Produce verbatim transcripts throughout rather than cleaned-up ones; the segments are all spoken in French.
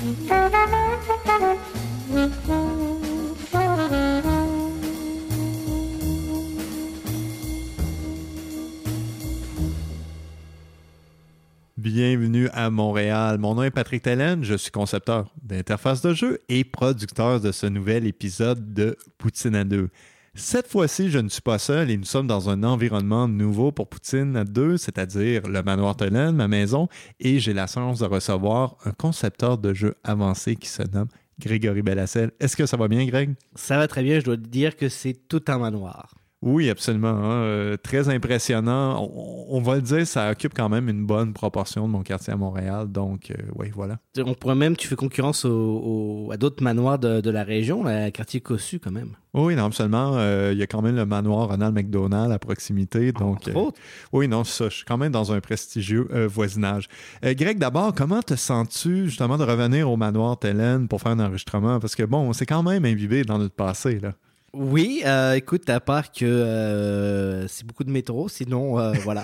Bienvenue à Montréal. Mon nom est Patrick Tellen, je suis concepteur d'interface de jeu et producteur de ce nouvel épisode de Poutine à deux. Cette fois-ci, je ne suis pas seul et nous sommes dans un environnement nouveau pour Poutine à deux, c'est-à-dire le manoir Tellen, ma maison, et j'ai la chance de recevoir un concepteur de jeux avancé qui se nomme Grégory Bellassel. Est-ce que ça va bien, Greg? Ça va très bien, je dois te dire que c'est tout un manoir. Oui, absolument. Hein? Euh, très impressionnant. On, on va le dire, ça occupe quand même une bonne proportion de mon quartier à Montréal. Donc, euh, oui, voilà. On pourrait même, tu fais concurrence au, au, à d'autres manoirs de, de la région, le quartier Cossu quand même. Oui, non, absolument. Euh, il y a quand même le manoir Ronald McDonald à proximité. Donc, oh, euh, oui, non, c'est ça. Je suis quand même dans un prestigieux euh, voisinage. Euh, Greg, d'abord, comment te sens-tu justement de revenir au manoir Tellen pour faire un enregistrement? Parce que bon, c'est quand même imbibé dans notre passé, là. Oui, euh, écoute, à part que euh, c'est beaucoup de métro, sinon, euh, voilà.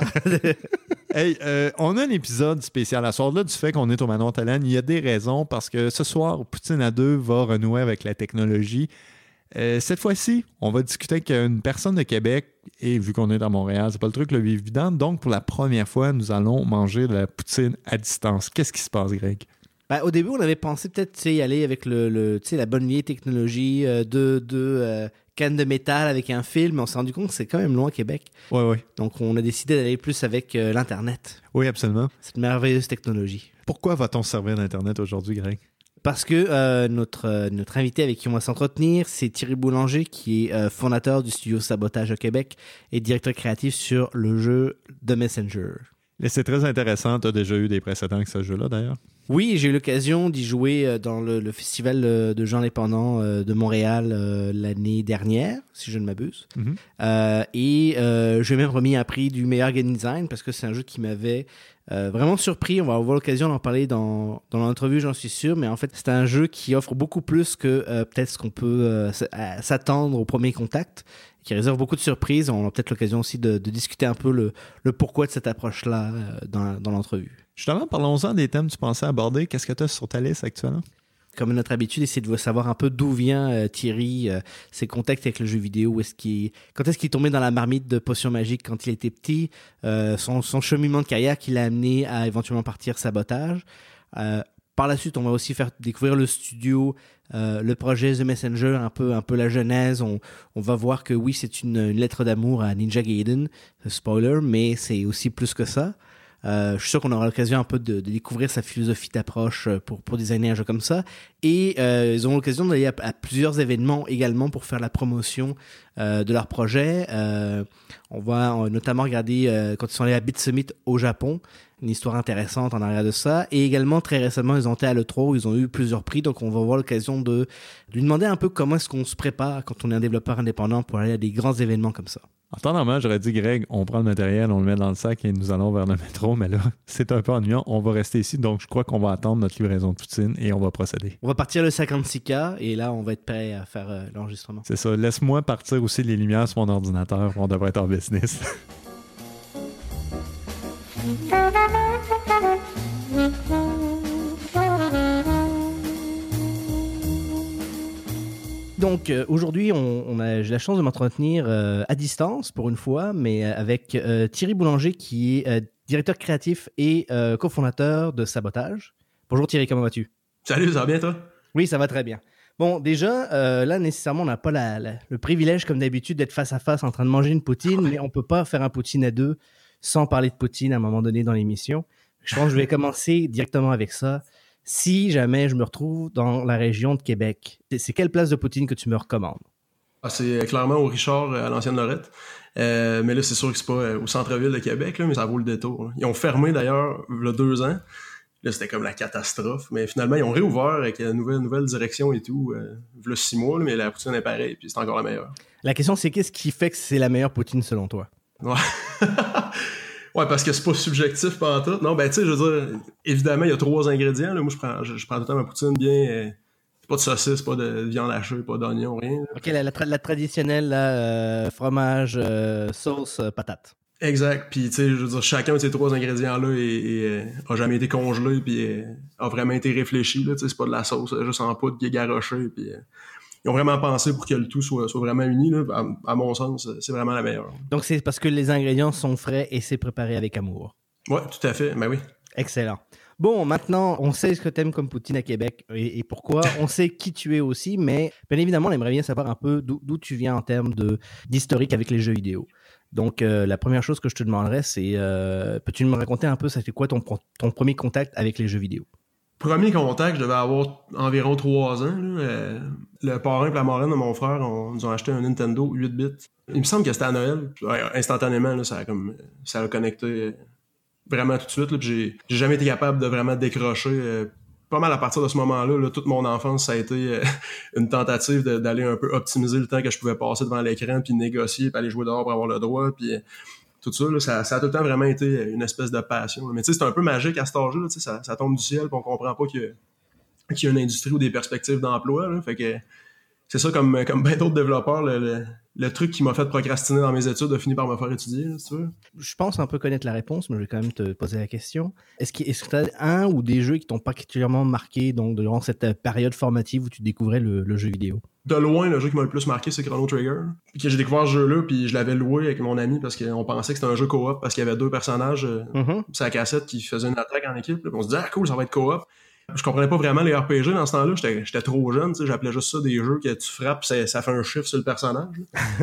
Hey, euh, on a un épisode spécial à ce soir-là du fait qu'on est au manoir Tellen. Il y a des raisons parce que ce soir, Poutine à deux va renouer avec la technologie. Euh, cette fois-ci, on va discuter avec une personne de Québec et vu qu'on est à Montréal, c'est pas le truc le plus évident. Donc, pour la première fois, nous allons manger de la poutine à distance. Qu'est-ce qui se passe, Greg? Ben, au début, on avait pensé peut-être y aller avec le, le, la bonne vieille technologie euh, de, de euh, canne de métal avec un fil, mais on s'est rendu compte que c'est quand même loin Québec. Oui, oui. Donc, on a décidé d'aller plus avec euh, l'Internet. Oui, absolument. Cette merveilleuse technologie. Pourquoi va-t-on se servir d'Internet aujourd'hui, Greg? Parce que euh, notre, euh, notre invité avec qui on va s'entretenir, c'est Thierry Boulanger, qui est euh, fondateur du studio Sabotage au Québec et directeur créatif sur le jeu The Messenger. Et c'est très intéressant. Tu as déjà eu des précédents avec ce jeu-là, d'ailleurs? Oui, j'ai eu l'occasion d'y jouer dans le, le festival de jeux indépendants de Montréal euh, l'année dernière, si je ne m'abuse. Mm-hmm. Euh, et euh, j'ai même remis un prix du meilleur game design parce que c'est un jeu qui m'avait euh, vraiment surpris. On va avoir l'occasion d'en parler dans, dans l'entrevue, j'en suis sûr. Mais en fait, c'est un jeu qui offre beaucoup plus que euh, peut-être ce qu'on peut euh, s'attendre au premier contact, qui réserve beaucoup de surprises. On a peut-être l'occasion aussi de, de discuter un peu le, le pourquoi de cette approche-là euh, dans, dans l'entrevue. Justement, parlons-en des thèmes que tu pensais aborder. Qu'est-ce que tu as sur ta liste actuellement? Comme notre habitude, essayer de savoir un peu d'où vient euh, Thierry, euh, ses contacts avec le jeu vidéo, est-ce qu'il, quand est-ce qu'il est tombé dans la marmite de potions magiques quand il était petit, euh, son, son cheminement de carrière qui l'a amené à éventuellement partir Sabotage. Euh, par la suite, on va aussi faire découvrir le studio, euh, le projet The Messenger, un peu, un peu la genèse. On, on va voir que oui, c'est une, une lettre d'amour à Ninja Gaiden, spoiler, mais c'est aussi plus que ça. Euh, je suis sûr qu'on aura l'occasion un peu de, de découvrir sa philosophie d'approche pour, pour designer un jeu comme ça. Et euh, ils auront l'occasion d'aller à, à plusieurs événements également pour faire la promotion euh, de leur projet. Euh, on va euh, notamment regarder euh, quand ils sont allés à Beat Summit au Japon, une histoire intéressante en arrière de ça. Et également, très récemment, ils ont été à l'E trois où ils ont eu plusieurs prix. Donc, on va avoir l'occasion de, de lui demander un peu comment est-ce qu'on se prépare quand on est un développeur indépendant pour aller à des grands événements comme ça. En temps normal, j'aurais dit, Greg, on prend le matériel, on le met dans le sac et nous allons vers le métro. Mais là, c'est un peu ennuyant. On va rester ici. Donc, je crois qu'on va attendre notre livraison de poutine et on va procéder. On va partir le cinquante-six K et là, on va être prêt à faire euh, l'enregistrement. C'est ça. Laisse-moi partir aussi les lumières sur mon ordinateur. On devrait être en business. Donc euh, aujourd'hui, on, on a, j'ai la chance de m'entretenir euh, à distance pour une fois, mais euh, avec euh, Thierry Boulanger qui est euh, directeur créatif et euh, cofondateur de Sabotage. Bonjour Thierry, comment vas-tu? Salut, ça va bien toi? Oui, ça va très bien. Bon, déjà, euh, là, nécessairement, on n'a pas la, la, le privilège, comme d'habitude, d'être face à face en train de manger une poutine, mais on peut pas faire un poutine à deux sans parler de poutine à un moment donné dans l'émission. Je pense que je vais commencer directement avec ça. Si jamais je me retrouve dans la région de Québec, c'est quelle place de poutine que tu me recommandes? Ah, c'est clairement au Richard, à l'ancienne Lorette. Euh, mais là, c'est sûr que c'est pas au centre-ville de Québec, là, mais ça vaut le détour. Ils ont fermé d'ailleurs il y a deux ans. Là, c'était comme la catastrophe. Mais finalement, ils ont réouvert avec une nouvelle, nouvelle direction et tout. Euh, il y a six mois, là, mais la poutine est pareille, puis c'est encore la meilleure. La question, c'est qu'est-ce qui fait que c'est la meilleure poutine selon toi? Ouais. Ouais, parce que c'est pas subjectif pantoute. Non, ben tu sais, je veux dire, évidemment, il y a trois ingrédients. Là. Moi, je prends, je, je prends tout le temps ma poutine bien... Euh, pas de saucisse, pas de viande hachée, pas d'oignon, rien. Là. OK, la, la, la traditionnelle, là, euh, fromage, euh, sauce, euh, patate. Exact. Puis, tu sais, je veux dire, chacun de ces trois ingrédients-là est, est, euh, a jamais été congelé, puis euh, a vraiment été réfléchi. Là, tu sais, c'est pas de la sauce euh, juste en poudre qui est garochée. Puis, euh, ils ont vraiment pensé pour que le tout soit, soit vraiment uni. Là. À, à mon sens, c'est vraiment la meilleure. Donc, c'est parce que les ingrédients sont frais et c'est préparé avec amour. Ouais, tout à fait. Ben oui. Excellent. Bon, maintenant, on sait ce que t'aimes comme poutine à Québec et, et pourquoi. On sait qui tu es aussi, mais bien évidemment, on aimerait bien savoir un peu d'où, d'où tu viens en termes de, d'historique avec les jeux vidéo. Donc, euh, la première chose que je te demanderais, c'est euh, peux-tu me raconter un peu, ça fait quoi ton, ton premier contact avec les jeux vidéo? Premier contact, je devais avoir environ trois ans. Là. Euh, le parrain et la marraine de mon frère, on nous ont acheté un Nintendo huit bits. Il me semble que c'était à Noël. Ouais, instantanément, là, ça a comme ça a connecté vraiment tout de suite. Là, puis j'ai, j'ai jamais été capable de vraiment décrocher. Euh, pas mal à partir de ce moment-là, là, toute mon enfance, ça a été euh, une tentative de, d'aller un peu optimiser le temps que je pouvais passer devant l'écran, puis négocier, puis aller jouer dehors pour avoir le droit, puis euh, tout ça, là, ça, ça a tout le temps vraiment été une espèce de passion. Mais tu sais, c'est un peu magique à cet âge-là, là, ça, ça tombe du ciel, puis on comprend pas qu'il y a, qu'il y a une industrie ou des perspectives d'emploi. Là, fait que c'est ça, comme, comme bien d'autres développeurs, le, le, le truc qui m'a fait procrastiner dans mes études a fini par me faire étudier, là, si tu veux. Je pense un peu connaître la réponse, mais je vais quand même te poser la question. Est-ce que est-ce que tu as un ou des jeux qui t'ont particulièrement marqué donc, durant cette période formative où tu découvrais le, le jeu vidéo? De loin, le jeu qui m'a le plus marqué, c'est Chrono Trigger. Puis que j'ai découvert ce jeu-là, puis je l'avais loué avec mon ami parce qu'on pensait que c'était un jeu coop parce qu'il y avait deux personnages euh, mm-hmm. sur la cassette qui faisaient une attaque en équipe. Là, puis on se disait, ah cool, ça va être coop. Je comprenais pas vraiment les R P G dans ce temps-là, j'étais, j'étais trop jeune, tu sais, j'appelais juste ça des jeux que tu frappes, ça, ça fait un chiffre sur le personnage.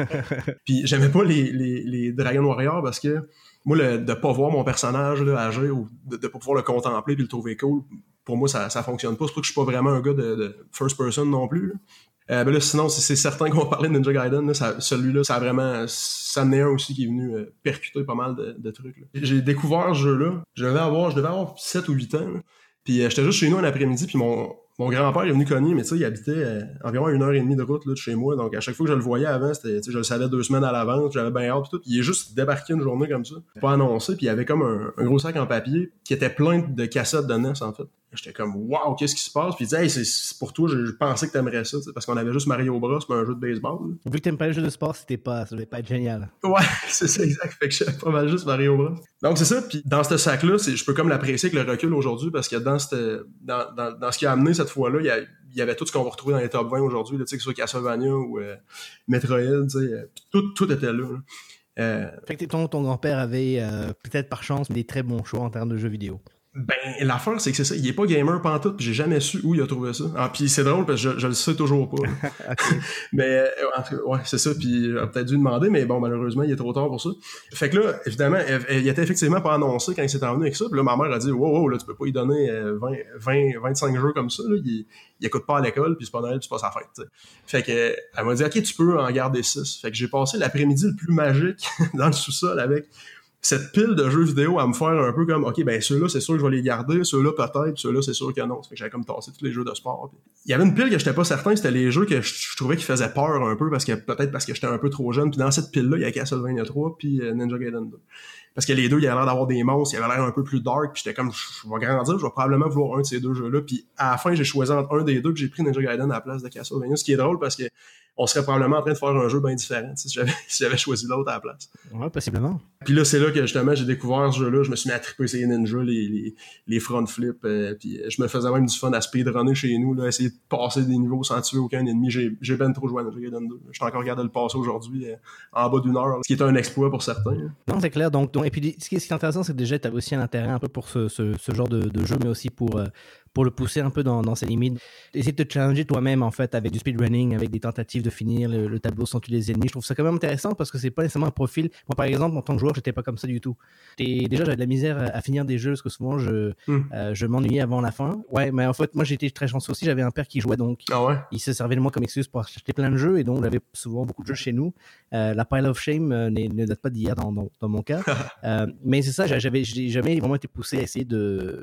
Puis j'aimais pas les, les, les Dragon Warriors parce que moi, le, de pas voir mon personnage là, agir ou de, de pas pouvoir le contempler puis le trouver cool, pour moi, ça, ça fonctionne pas. C'est pour que je suis pas vraiment un gars de, de first person non plus. Là. Euh, ben là, sinon, c'est, c'est certain qu'on va parler de Ninja Gaiden. Là, ça, celui-là, ça a vraiment... Ça en est un aussi qui est venu euh, percuter pas mal de, de trucs. Là. J'ai découvert ce jeu-là. Je devais avoir, je devais avoir sept ou huit ans. Là. Puis euh, j'étais juste chez nous un après-midi, puis mon, mon grand-père est venu cogner, mais tu sais, il habitait euh, environ une heure et demie de route là, de chez moi. Donc à chaque fois que je le voyais avant, c'était, tu sais, je le savais deux semaines à l'avance, j'avais bien hâte, puis tout. Puis il est juste débarqué une journée comme ça, pas annoncé, puis il y avait comme un, un gros sac en papier qui était plein de cassettes de N E S, en fait. J'étais comme, waouh, qu'est-ce qui se passe? Puis il disait, hey, c'est, c'est pour toi, je, je pensais que t'aimerais ça, parce qu'on avait juste Mario Bros, mais un jeu de baseball. Là. Vu que t'aimes pas les jeux de sport, c'était pas, ça devait pas être génial. Ouais, c'est ça, exact. Fait que j'avais pas mal juste Mario Bros. Donc c'est ça, puis dans ce sac-là, c'est, je peux comme l'apprécier avec le recul aujourd'hui, parce que dans, cette, dans, dans, dans ce qui a amené cette fois-là, il y, a, il y avait tout ce qu'on va retrouver dans les top vingt aujourd'hui, tu sais, que ce soit Castlevania ou euh, Metroid, tu sais, tout, tout était là. là. Euh, fait que ton, ton grand-père avait, euh, peut-être par chance, des très bons choix en termes de jeux vidéo. Ben, l'affaire, c'est que c'est ça. Il est pas gamer pantoute, pis j'ai jamais su où il a trouvé ça. Ah, pis c'est drôle, parce que je, je le sais toujours pas. Okay. Mais, euh, en tout cas, ouais, c'est ça, pis j'aurais peut-être dû demander, mais bon, malheureusement, il est trop tard pour ça. Fait que là, évidemment, il était effectivement pas annoncé quand il s'est envenu avec ça, pis là, ma mère a dit, wow, wow, là, tu peux pas lui donner vingt, vingt, vingt-cinq jeux comme ça, là. Il, il écoute pas à l'école, pis c'est pas Noël, pis c'est pas sa fête, t'sais. Fait que, elle m'a dit, ok, tu peux en garder six. Fait que j'ai passé l'après-midi le plus magique dans le sous-sol avec cette pile de jeux vidéo à me faire un peu comme, OK, ben ceux-là, c'est sûr que je vais les garder, ceux-là peut-être, ceux-là, c'est sûr que non. Ça fait que j'avais comme tassé tous les jeux de sport. Il y avait une pile que j'étais pas certain, c'était les jeux que je, je trouvais qui faisaient peur un peu, parce que peut-être parce que j'étais un peu trop jeune. Puis dans cette pile-là, il y a Castlevania trois puis euh, Ninja Gaiden deux. Parce que les deux, il y avait l'air d'avoir des monstres, il y avait l'air un peu plus dark, puis j'étais comme, je vais grandir, je vais probablement vouloir un de ces deux jeux-là. Puis à la fin, j'ai choisi entre un des deux, puis j'ai pris Ninja Gaiden à la place de Castlevania, ce qui est drôle parce que on serait probablement en train de faire un jeu bien différent si j'avais, si j'avais choisi l'autre à la place. Ouais, possiblement. Puis là, c'est là que justement, j'ai découvert ce jeu-là. Je me suis mis à triper ces ninjas, les, les, les front flips. Euh, puis je me faisais même du fun à speedrunner chez nous, là, essayer de passer des niveaux sans tuer aucun ennemi. J'ai, j'ai ben trop joué à Ninja Gaiden deux. Je suis encore regardé le passer aujourd'hui euh, en bas d'une heure, ce qui est un exploit pour certains. Hein. Non, c'est clair. Donc, donc, et puis, ce qui est intéressant, c'est que déjà, tu as aussi un intérêt un peu pour ce, ce, ce genre de, de jeu, mais aussi pour... Euh, pour le pousser un peu dans, dans ses limites. Essayer de te challenger toi-même, en fait, avec du speedrunning, avec des tentatives de finir le, le tableau sans tuer les ennemis. Je trouve ça quand même intéressant parce que c'est pas nécessairement un profil. Moi, par exemple, en tant que joueur, j'étais pas comme ça du tout. Et déjà, j'avais de la misère à, à finir des jeux parce que souvent, je, mm. euh, je m'ennuyais avant la fin. Ouais, mais en fait, moi, j'étais très chanceux aussi. J'avais un père qui jouait, donc ah ouais? il se servait de moi comme excuse pour acheter plein de jeux et donc j'avais souvent beaucoup de jeux chez nous. Euh, la Pile of Shame euh, ne date pas d'hier dans, dans, dans mon cas. euh, mais c'est ça, j'avais, j'ai jamais vraiment été poussé à essayer de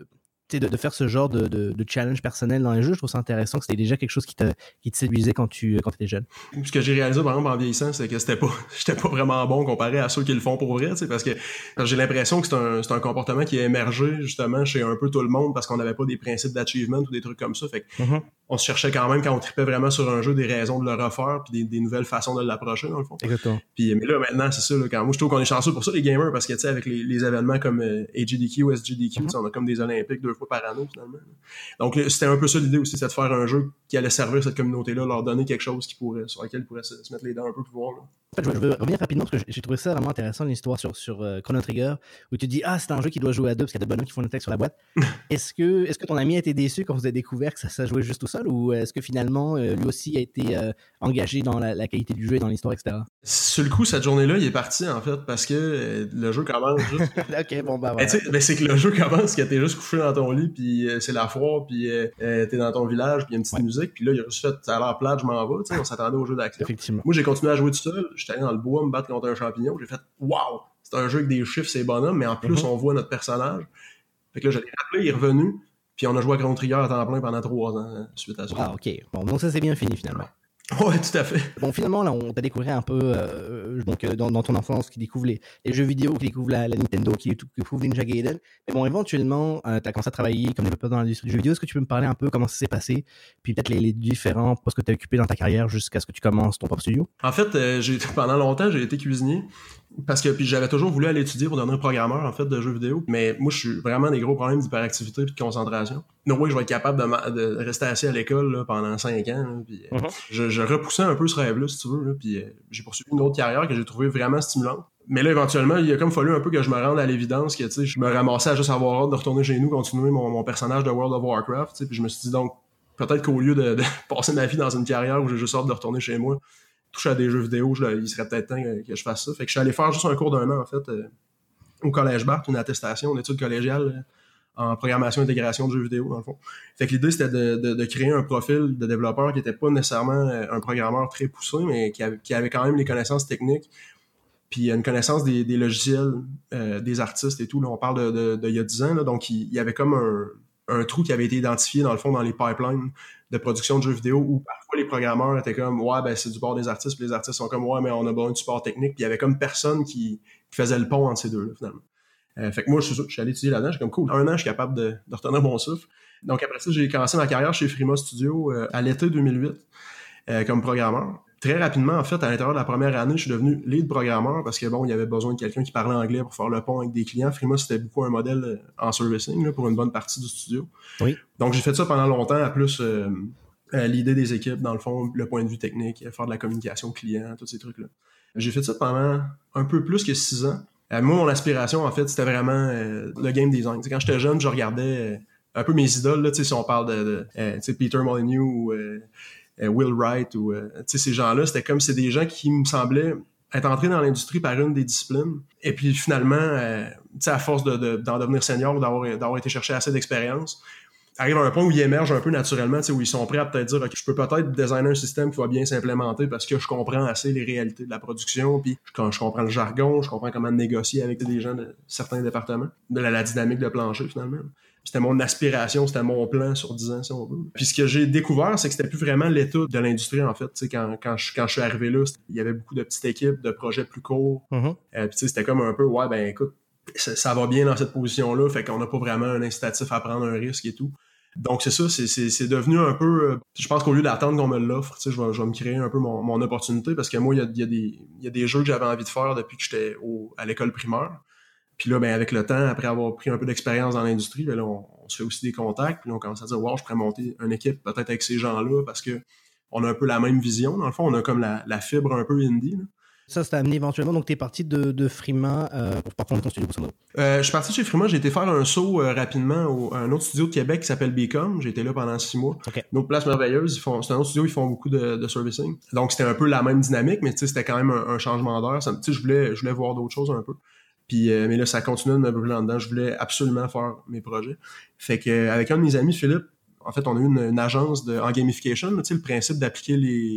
de, de faire ce genre de, de, de challenge personnel dans les jeux. Je trouve ça intéressant que c'était déjà quelque chose qui te, qui te séduisait quand tu quand étais jeune. Ce que j'ai réalisé, par exemple, en vieillissant, c'est que c'était pas, j'étais pas vraiment bon comparé à ceux qui le font pour vrai, tu sais, parce que j'ai l'impression que c'est un, c'est un comportement qui a émergé, justement, chez un peu tout le monde parce qu'on n'avait pas des principes d'achievement ou des trucs comme ça. Fait que mm-hmm. on se cherchait quand même, quand on tripait vraiment sur un jeu, des raisons de le refaire puis des, des nouvelles façons de l'approcher, dans le fond. Exactement. Puis, mais là, maintenant, c'est ça, là, quand moi, je trouve qu'on est chanceux pour ça, les gamers, parce que, tu sais, avec les, les événements comme euh, A G D Q ou S G D Q, mm-hmm. on a comme des Olympiques deux fois par année, finalement. Donc, là, c'était un peu ça l'idée aussi, c'est de faire un jeu qui allait servir cette communauté-là, leur donner quelque chose qui pourrait, sur lequel ils pourraient se, se mettre les dents un peu pour voir, là. En fait, je veux revenir rapidement parce que j'ai trouvé ça vraiment intéressant, l'histoire sur, sur euh, Chrono Trigger, où tu dis, ah, c'est un jeu qui doit jouer à deux parce qu'il y a des bonhommes qui font une attaque sur la boîte. est-ce que, est-ce que ton ami a été déçu quand vous avez découvert que ça, ça jouait juste tout seul, ou est-ce que finalement, euh, lui aussi a été euh, engagé dans la, la qualité du jeu et dans l'histoire, et cetera? Sur le coup, cette journée-là, il est parti, en fait, parce que euh, le jeu commence juste... ok, bon, bah, voilà. Ben, c'est que le jeu commence, que t'es juste couché dans ton lit, puis euh, c'est la foire, puis euh, t'es dans ton village, puis il y a une petite ouais. musique, puis là, il a juste fait, ça a l'air plate, je m'en vais, tu sais, on s'attendait au jeu d'action. Effectivement. Moi, j'ai continué à jouer tout seul, j'étais allé dans le bois, me battre contre un champignon, j'ai fait « Wow! C'est un jeu avec des chiffres, c'est bonhomme, mais en plus, mm-hmm. on voit notre personnage. » Fait que là, je l'ai rappelé, il est revenu, puis on a joué à Chrono Trigger à temps plein pendant trois ans, suite à ça. Ah, ok. Bon, donc ça, c'est bien fini, finalement. Ouais, tout à fait. Bon, finalement, là, on t'a découvert un peu, euh, donc, euh, dans, dans ton enfance, qui découvre les, les jeux vidéo, qui découvre la, la Nintendo, qui découvre Ninja Gaiden. Mais bon, éventuellement, euh, t'as commencé à travailler comme développeur dans l'industrie du jeu vidéo. Est-ce que tu peux me parler un peu comment ça s'est passé? Puis peut-être les, les différents postes que t'as occupés dans ta carrière jusqu'à ce que tu commences ton propre studio? En fait, euh, j'ai, pendant longtemps, j'ai été cuisinier. Parce que puis j'avais toujours voulu aller étudier pour devenir programmeur en fait de jeux vidéo, mais moi je suis vraiment des gros problèmes d'hyperactivité et de concentration. Non, oui, je vais être capable de, de rester assis à l'école là, pendant cinq ans. Là, puis, euh, uh-huh. je, je repoussais un peu ce rêve-là, si tu veux. Là, puis euh, j'ai poursuivi une autre carrière que j'ai trouvée vraiment stimulante. Mais là, éventuellement, il a comme fallu un peu que je me rende à l'évidence que tu sais, je me ramassais à juste avoir hâte de retourner chez nous, continuer mon, mon personnage de World of Warcraft. Tu sais, puis je me suis dit donc peut-être qu'au lieu de, de passer ma vie dans une carrière où j'ai juste hâte de retourner chez moi, toucher à des jeux vidéo, je, il serait peut-être temps que, que je fasse ça. Fait que je suis allé faire juste un cours d'un an, en fait, euh, au Collège Barthes, une attestation, une étude collégiale euh, en programmation et intégration de jeux vidéo, dans le fond. Fait que l'idée, c'était de, de, de créer un profil de développeur qui était pas nécessairement euh, un programmeur très poussé, mais qui avait, qui avait quand même les connaissances techniques, puis une connaissance des, des logiciels, euh, des artistes et tout. Là, on parle de, de, de il y a dix ans, là, donc il, il y avait comme un... un trou qui avait été identifié, dans le fond, dans les pipelines de production de jeux vidéo où parfois les programmeurs étaient comme « Ouais, ben c'est du bord des artistes », puis les artistes sont comme « Ouais, mais on a besoin de support technique », puis il y avait comme personne qui, qui faisait le pont entre ces deux-là, finalement. Euh, fait que moi, je suis, je suis allé étudier là-dedans, j'ai comme « Cool, un an, je suis capable de, de retenir mon souffle ». Donc après ça, j'ai commencé ma carrière chez Frima Studio euh, à l'été deux mille huit euh, comme programmeur. Très rapidement, en fait, à l'intérieur de la première année, je suis devenu lead programmeur parce que bon, il y avait besoin de quelqu'un qui parlait anglais pour faire le pont avec des clients. Frima, c'était beaucoup un modèle en servicing là, pour une bonne partie du studio. Oui. Donc, j'ai fait ça pendant longtemps, à plus euh, euh, l'idée des équipes, dans le fond, le point de vue technique, faire de la communication client, tous ces trucs-là. J'ai fait ça pendant un peu plus que six ans. Euh, moi, mon aspiration, en fait, c'était vraiment euh, le game design. T'sais, quand j'étais jeune, je regardais euh, un peu mes idoles, là, si on parle de, de euh, Peter Molyneux ou... Euh, Will Wright ou euh, tu sais ces gens-là, c'était comme c'est des gens qui me semblaient être entrés dans l'industrie par une des disciplines et puis finalement euh, tu sais à force de, de d'en devenir senior ou d'avoir d'avoir été chercher assez d'expérience, arrive à un point où ils émergent un peu naturellement, tu sais où ils sont prêts à peut-être dire ok, je peux peut-être designer un système qui va bien s'implémenter parce que je comprends assez les réalités de la production, puis quand je comprends le jargon, je comprends comment négocier avec des gens de certains départements, de la, la dynamique de plancher finalement. C'était mon aspiration, c'était mon plan sur dix ans, si on veut. Puis ce que j'ai découvert, c'est que c'était plus vraiment l'état de l'industrie, en fait. Tu sais, quand, quand, je, quand je suis arrivé là, il y avait beaucoup de petites équipes, de projets plus courts. Mm-hmm. Euh, puis tu sais, c'était comme un peu, ouais, ben écoute, ça, ça va bien dans cette position-là, fait qu'on n'a pas vraiment un incitatif à prendre un risque et tout. Donc c'est ça, c'est, c'est, c'est devenu un peu... Euh, je pense qu'au lieu d'attendre qu'on me l'offre, tu sais, je vais, je vais me créer un peu mon, mon opportunité, parce que moi, il y a, y, a des, y a des jeux que j'avais envie de faire depuis que j'étais au, à l'école primaire. Puis là, ben avec le temps, après avoir pris un peu d'expérience dans l'industrie, ben là, on, on se fait aussi des contacts, puis là, on commence à dire « Wow, je pourrais monter une équipe peut-être avec ces gens-là, parce que on a un peu la même vision. Dans le fond, on a comme la, la fibre un peu indie. » là. Ça, ça t'a amené éventuellement, donc t'es parti de, de Frima euh, pour prendre ton studio pour ça. Euh, je suis parti de chez Frima, j'ai été faire un saut euh, rapidement au, à un autre studio de Québec qui s'appelle Becom. J'ai été là pendant six mois. Okay. Une autre place merveilleuse, ils font, c'est un autre studio, ils font beaucoup de, de servicing. Donc c'était un peu la même dynamique, mais tu sais, c'était quand même un, un changement d'heure. Tu sais, je voulais, je voulais voir d'autres choses un peu. Puis, euh, mais là, ça continuait de me brûler en dedans. Je voulais absolument faire mes projets. Fait que euh, avec un de mes amis, Philippe, en fait, on a eu une, une agence de, en gamification, tu sais, le principe d'appliquer les,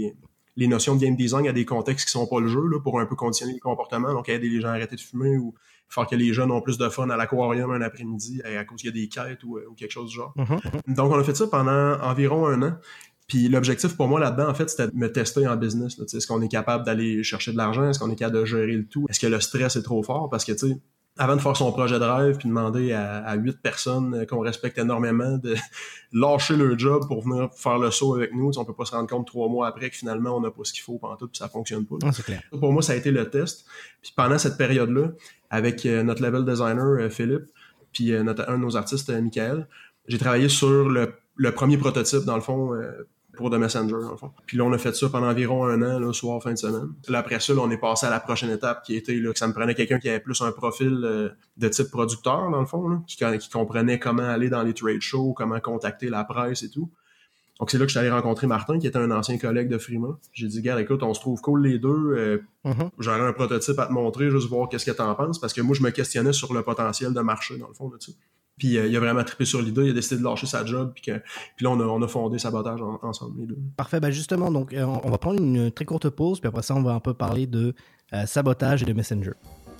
les notions de game design à des contextes qui sont pas le jeu, là, pour un peu conditionner les comportements, donc aider les gens à arrêter de fumer ou faire que les jeunes ont plus de fun à l'aquarium un après-midi à cause qu'il y a des quêtes ou, ou quelque chose du genre. Mm-hmm. Donc, on a fait ça pendant environ un an. Puis l'objectif pour moi là-dedans, en fait, c'était de me tester en business. Là, est-ce qu'on est capable d'aller chercher de l'argent? Est-ce qu'on est capable de gérer le tout? Est-ce que le stress est trop fort? Parce que, tu sais, avant de faire son projet de rêve puis demander à huit personnes qu'on respecte énormément de lâcher leur job pour venir faire le saut avec nous, on peut pas se rendre compte trois mois après que finalement, on n'a pas ce qu'il faut pendant tout puis ça fonctionne pas. Ah, c'est clair. Pour moi, ça a été le test. Puis pendant cette période-là, avec euh, notre level designer, euh, Philippe, puis euh, notre, un de nos artistes, euh, Michael, j'ai travaillé sur le, le premier prototype, dans le fond, euh, pour The Messenger, dans le fond. Puis là, on a fait ça pendant environ un an, là, soir, fin de semaine. Là, après ça, là, on est passé à la prochaine étape qui était là, que ça me prenait quelqu'un qui avait plus un profil euh, de type producteur, dans le fond, là, qui, qui comprenait comment aller dans les trade shows, comment contacter la presse et tout. Donc, c'est là que je suis allé rencontrer Martin, qui était un ancien collègue de Frima. J'ai dit, gars, écoute, on se trouve cool les deux. Euh, mm-hmm. J'aurais un prototype à te montrer, juste voir qu'est-ce que t'en penses, parce que moi, je me questionnais sur le potentiel de marché, dans le fond, là-dessus. Puis euh, il a vraiment trippé sur l'idée, il a décidé de lâcher sa job, puis, que, puis là, on a, on a fondé Sabotage en, ensemble, les deux. Parfait, ben justement, donc euh, on va prendre une très courte pause, puis après ça, on va un peu parler de euh, Sabotage et de Messenger.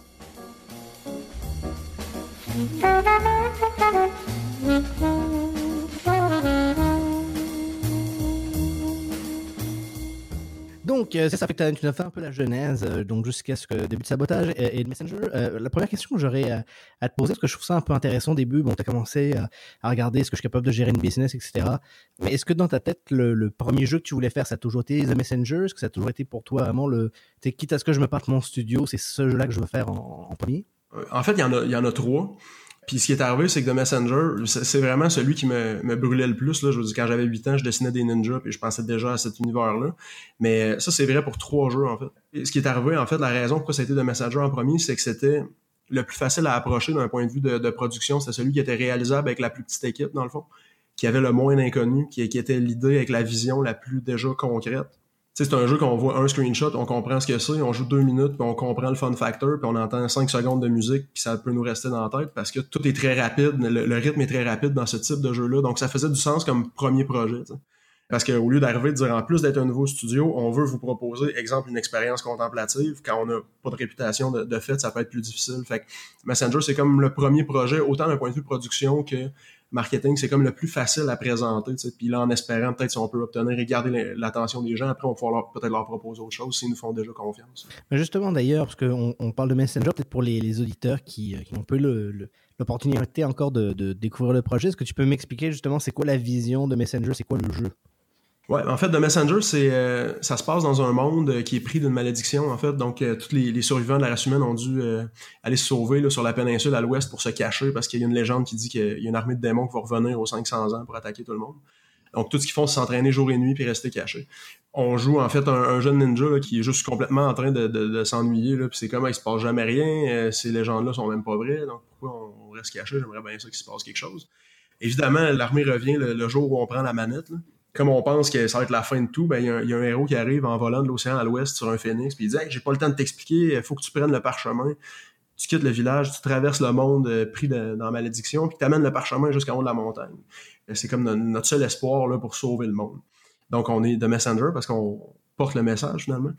Donc, euh, c'est ça fait que tu as fait un peu la genèse, euh, donc jusqu'à ce que début de Sabotage et, et de Messenger. Euh, la première question que j'aurais à, à te poser, parce que je trouve ça un peu intéressant au début, bon, tu as commencé à, à regarder est-ce que je suis capable de gérer une business, et cetera. Mais est-ce que dans ta tête, le, le premier jeu que tu voulais faire, ça a toujours été The Messenger? Est-ce que ça a toujours été pour toi vraiment le... T'es, quitte à ce que je me parte mon studio, c'est ce jeu-là que je veux faire en, en premier? En fait, il y en a, il y en a trois. Puis ce qui est arrivé, c'est que The Messenger, c'est, c'est vraiment celui qui me, me brûlait le plus. Là. Je veux dire, quand j'avais huit ans, je dessinais des ninjas, puis je pensais déjà à cet univers-là. Mais ça, c'est vrai pour trois jeux, en fait. Et ce qui est arrivé, en fait, la raison pourquoi ça a été The Messenger en premier, c'est que c'était le plus facile à approcher d'un point de vue de, de production. C'était celui qui était réalisable avec la plus petite équipe, dans le fond, qui avait le moins d'inconnu, qui, qui était l'idée avec la vision la plus déjà concrète. Tu sais, c'est un jeu qu'on voit un screenshot, on comprend ce que c'est, on joue deux minutes, puis on comprend le fun factor, puis on entend cinq secondes de musique, puis ça peut nous rester dans la tête parce que tout est très rapide, le, le rythme est très rapide dans ce type de jeu-là, donc ça faisait du sens comme premier projet. T'sais. Parce qu'au lieu d'arriver et de dire en plus d'être un nouveau studio, on veut vous proposer, exemple, une expérience contemplative. Quand on n'a pas de réputation de, de fait, ça peut être plus difficile. Fait que Messenger, c'est comme le premier projet, autant d'un point de vue production que marketing, c'est comme le plus facile à présenter. T'sais. Puis là, en espérant peut-être si on peut obtenir et garder l'attention des gens, après on va pouvoir leur, peut-être leur proposer autre chose s'ils nous font déjà confiance. Mais justement d'ailleurs, parce qu'on on parle de Messenger, peut-être pour les, les auditeurs qui, qui ont un peu le, le, l'opportunité encore de, de découvrir le projet, est-ce que tu peux m'expliquer justement c'est quoi la vision de Messenger, c'est quoi le jeu? Ouais, en fait, The Messenger, c'est euh, ça se passe dans un monde euh, qui est pris d'une malédiction, en fait. Donc, euh, tous les, les survivants de la race humaine ont dû euh, aller se sauver là, sur la péninsule à l'ouest pour se cacher parce qu'il y a une légende qui dit qu'il y a une armée de démons qui va revenir aux cinq cents ans pour attaquer tout le monde. Donc, tout ce qu'ils font, c'est s'entraîner jour et nuit puis rester cachés. On joue, en fait, un, un jeune ninja là, qui est juste complètement en train de, de, de s'ennuyer. Là, puis c'est comme, il se passe jamais rien. Euh, ces légendes-là sont même pas vraies. Donc, pourquoi on reste caché? J'aimerais bien ça qu'il se passe quelque chose. Évidemment, l'armée revient le, le jour où on prend la manette, là. Comme on pense que ça va être la fin de tout, ben il y, y a un héros qui arrive en volant de l'océan à l'ouest sur un phénix, puis il dit hey, « j'ai pas le temps de t'expliquer, il faut que tu prennes le parchemin. » Tu quittes le village, tu traverses le monde euh, pris de, dans la malédiction, puis tu amènes le parchemin jusqu'en haut de la montagne. Et c'est comme no- notre seul espoir là, pour sauver le monde. Donc on est The Messenger parce qu'on porte le message finalement.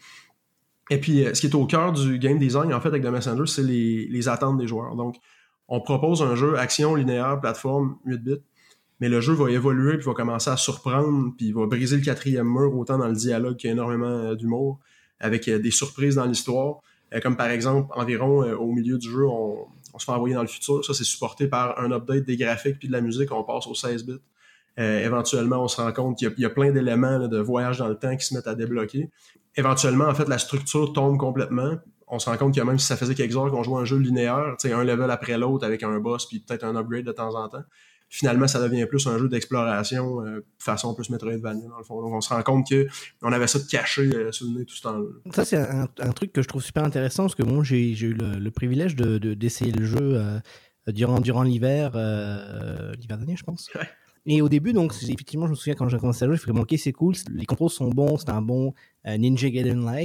Et puis euh, ce qui est au cœur du game design en fait avec The Messenger, c'est les, les attentes des joueurs. Donc on propose un jeu action linéaire, plateforme huit bits. Mais le jeu va évoluer, puis va commencer à surprendre, puis il va briser le quatrième mur, autant dans le dialogue qu'il y a énormément d'humour, avec des surprises dans l'histoire. Comme par exemple, environ au milieu du jeu, on, on se fait envoyer dans le futur. Ça, c'est supporté par un update des graphiques puis de la musique. On passe aux seize bits. Euh, éventuellement, on se rend compte qu'il y a, il y a plein d'éléments là, de voyage dans le temps qui se mettent à débloquer. Éventuellement, en fait, la structure tombe complètement. On se rend compte que même si ça faisait quelques heures qu'on jouait un jeu linéaire, tu sais, un level après l'autre avec un boss puis peut-être un upgrade de temps en temps, finalement, ça devient plus un jeu d'exploration euh, de façon plus Metroidvania, dans le fond. Donc, on se rend compte qu'on avait ça de caché euh, sur le nez tout ce temps-là. Ça, c'est un, un truc que je trouve super intéressant, parce que bon, j'ai, j'ai eu le, le privilège de, de, d'essayer le jeu euh, durant, durant l'hiver, euh, l'hiver dernier, je pense. Ouais. Et au début, donc, effectivement, je me souviens quand j'ai commencé à jouer, je me suis dit, ok, c'est cool, les contrôles sont bons, c'est un bon euh, Ninja Gaiden-like.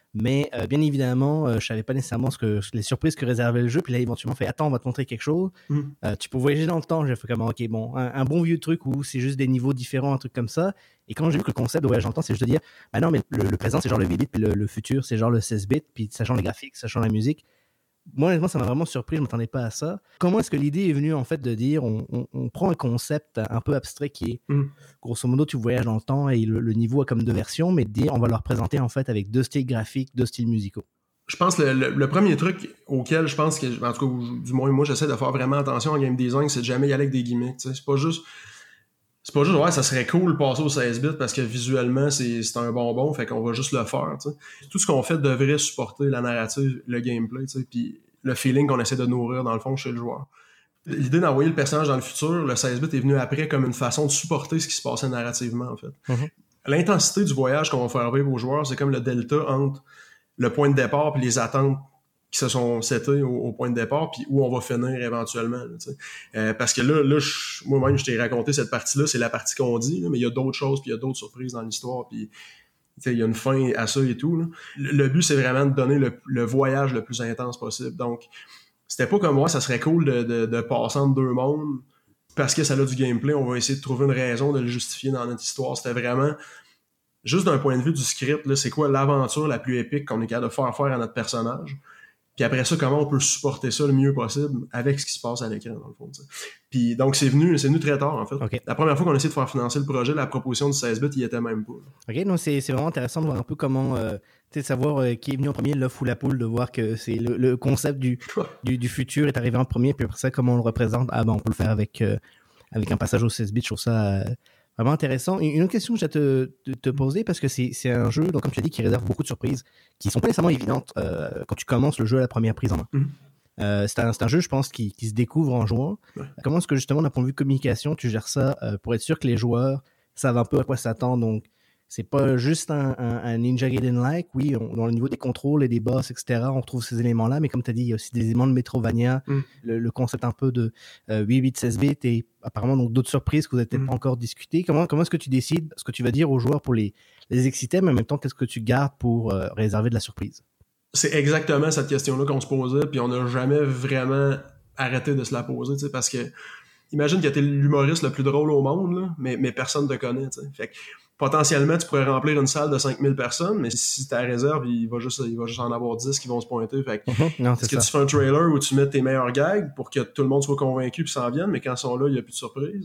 Mais euh, bien évidemment, euh, je savais pas nécessairement ce que les surprises que réservait le jeu. Puis là, éventuellement, fait attends, on va te montrer quelque chose. Mm. Euh, tu peux voyager dans le temps. J'ai fait comme ok, bon, un, un bon vieux truc où c'est juste des niveaux différents, un truc comme ça. Et quand j'ai vu que le concept de voyage dans le temps, c'est juste de dire, bah non, mais le, le présent c'est genre le huit bits, puis le, le futur c'est genre le seize bits, puis sachant les graphiques, sachant la musique. Moi, honnêtement, ça m'a vraiment surpris, je ne m'attendais pas à ça. Comment est-ce que l'idée est venue, en fait, de dire, on, on, on prend un concept un peu abstrait qui est, mm. grosso modo, tu voyages dans le temps et le, le niveau a comme deux versions, mais de dire, on va le représenter, en fait, avec deux styles graphiques, deux styles musicaux. Je pense que le, le, le premier truc auquel je pense que, en tout cas, du moins, moi, j'essaie de faire vraiment attention en game design, c'est de jamais y aller avec des gimmicks, tu sais. C'est pas juste... C'est pas juste, ouais, ça serait cool de passer au seize bits parce que visuellement, c'est, c'est un bonbon, fait qu'on va juste le faire, tu sais. Tout ce qu'on fait devrait supporter la narrative, le gameplay, tu sais, puis le feeling qu'on essaie de nourrir, dans le fond, chez le joueur. L'idée d'envoyer le personnage dans le futur, le seize bits est venu après comme une façon de supporter ce qui se passait narrativement, en fait. Mm-hmm. L'intensité du voyage qu'on va faire vivre aux joueurs, c'est comme le delta entre le point de départ et les attentes qui se sont setées au, au point de départ, puis où on va finir éventuellement. Là, euh, parce que là, là je, moi-même, je t'ai raconté cette partie-là, c'est la partie qu'on dit, là, mais il y a d'autres choses, puis il y a d'autres surprises dans l'histoire, puis il y a une fin à ça et tout. Là. Le, le but, c'est vraiment de donner le, le voyage le plus intense possible. Donc, c'était pas comme moi, ça serait cool de, de, de passer entre deux mondes, parce que ça a du gameplay, on va essayer de trouver une raison de le justifier dans notre histoire. C'était vraiment... Juste d'un point de vue du script, là, c'est quoi l'aventure la plus épique qu'on est capable de faire faire à notre personnage. Puis après ça, comment on peut supporter ça le mieux possible avec ce qui se passe à l'écran, dans le fond. T'sais. Puis donc, c'est venu, c'est venu très tard, en fait. Okay. La première fois qu'on a essayé de faire financer le projet, la proposition du seize bits, il y était même pas. OK, donc c'est, c'est vraiment intéressant de voir un peu comment, euh, tu sais, de savoir euh, qui est venu en premier, l'œuf ou la poule, de voir que c'est le, le concept du, du, du futur est arrivé en premier, puis après ça, comment on le représente. Ah ben, on peut le faire avec, euh, avec un passage au seize bits, je trouve ça... Euh, vraiment intéressant. Une autre question que j'ai à te, te, te poser, parce que c'est, c'est un jeu, donc comme tu as dit, qui réserve beaucoup de surprises, qui sont pas nécessairement évidentes euh, quand tu commences le jeu à la première prise en main. Mm-hmm. Euh, c'est, un, c'est un jeu, je pense, qui, qui se découvre en jouant. Ouais. Comment est-ce que justement, d'un point de vue communication, tu gères ça euh, pour être sûr que les joueurs savent un peu à quoi s'attendre? Donc, c'est pas juste un, un, un Ninja Gaiden-like. Oui, on, dans le niveau des contrôles et des boss, et cetera, on retrouve ces éléments-là, mais comme tu as dit, il y a aussi des éléments de Metrovania, mm. le, le concept un peu de euh, huit bits, seize bits, et apparemment donc d'autres surprises que vous n'avez peut-être mm. pas encore discutées. Comment, comment est-ce que tu décides ce que tu vas dire aux joueurs pour les, les exciter, mais en même temps, qu'est-ce que tu gardes pour euh, réserver de la surprise? C'est exactement cette question-là qu'on se posait, puis on n'a jamais vraiment arrêté de se la poser, tu sais, parce que imagine que t'es l'humoriste le plus drôle au monde, là, mais, mais personne ne te connaît, tu sais. Fait que potentiellement, tu pourrais remplir une salle de cinq mille personnes, mais si t'es à réserve, il va juste, il va juste en avoir dix qui vont se pointer. Fait que, mm-hmm. non, c'est est-ce que ça. Tu fais un trailer où tu mets tes meilleurs gags pour que tout le monde soit convaincu puis s'en vienne, mais quand ils sont là, il n'y a plus de surprise.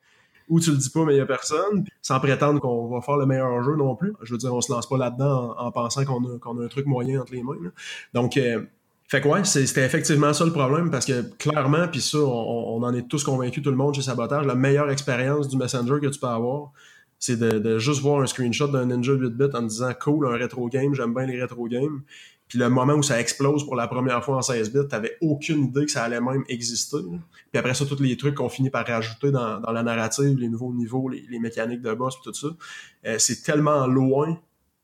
Ou tu le dis pas, mais il n'y a personne, sans prétendre qu'on va faire le meilleur jeu non plus. Je veux dire, on se lance pas là-dedans en, en pensant qu'on a, qu'on a un truc moyen entre les mains. Là. Donc, euh, fait que ouais, c'est, c'était effectivement ça le problème, parce que clairement, puis ça, on, on en est tous convaincus, tout le monde chez Sabotage, la meilleure expérience du Messenger que tu peux avoir, c'est de, de juste voir un screenshot d'un Ninja huit bits en te disant « Cool, un rétro game, j'aime bien les rétro games ». Puis le moment où ça explose pour la première fois en seize bits, t'avais aucune idée que ça allait même exister. Là. Puis après ça, tous les trucs qu'on finit par rajouter dans, dans la narrative, les nouveaux niveaux, les, les mécaniques de boss, puis tout ça, euh, c'est tellement loin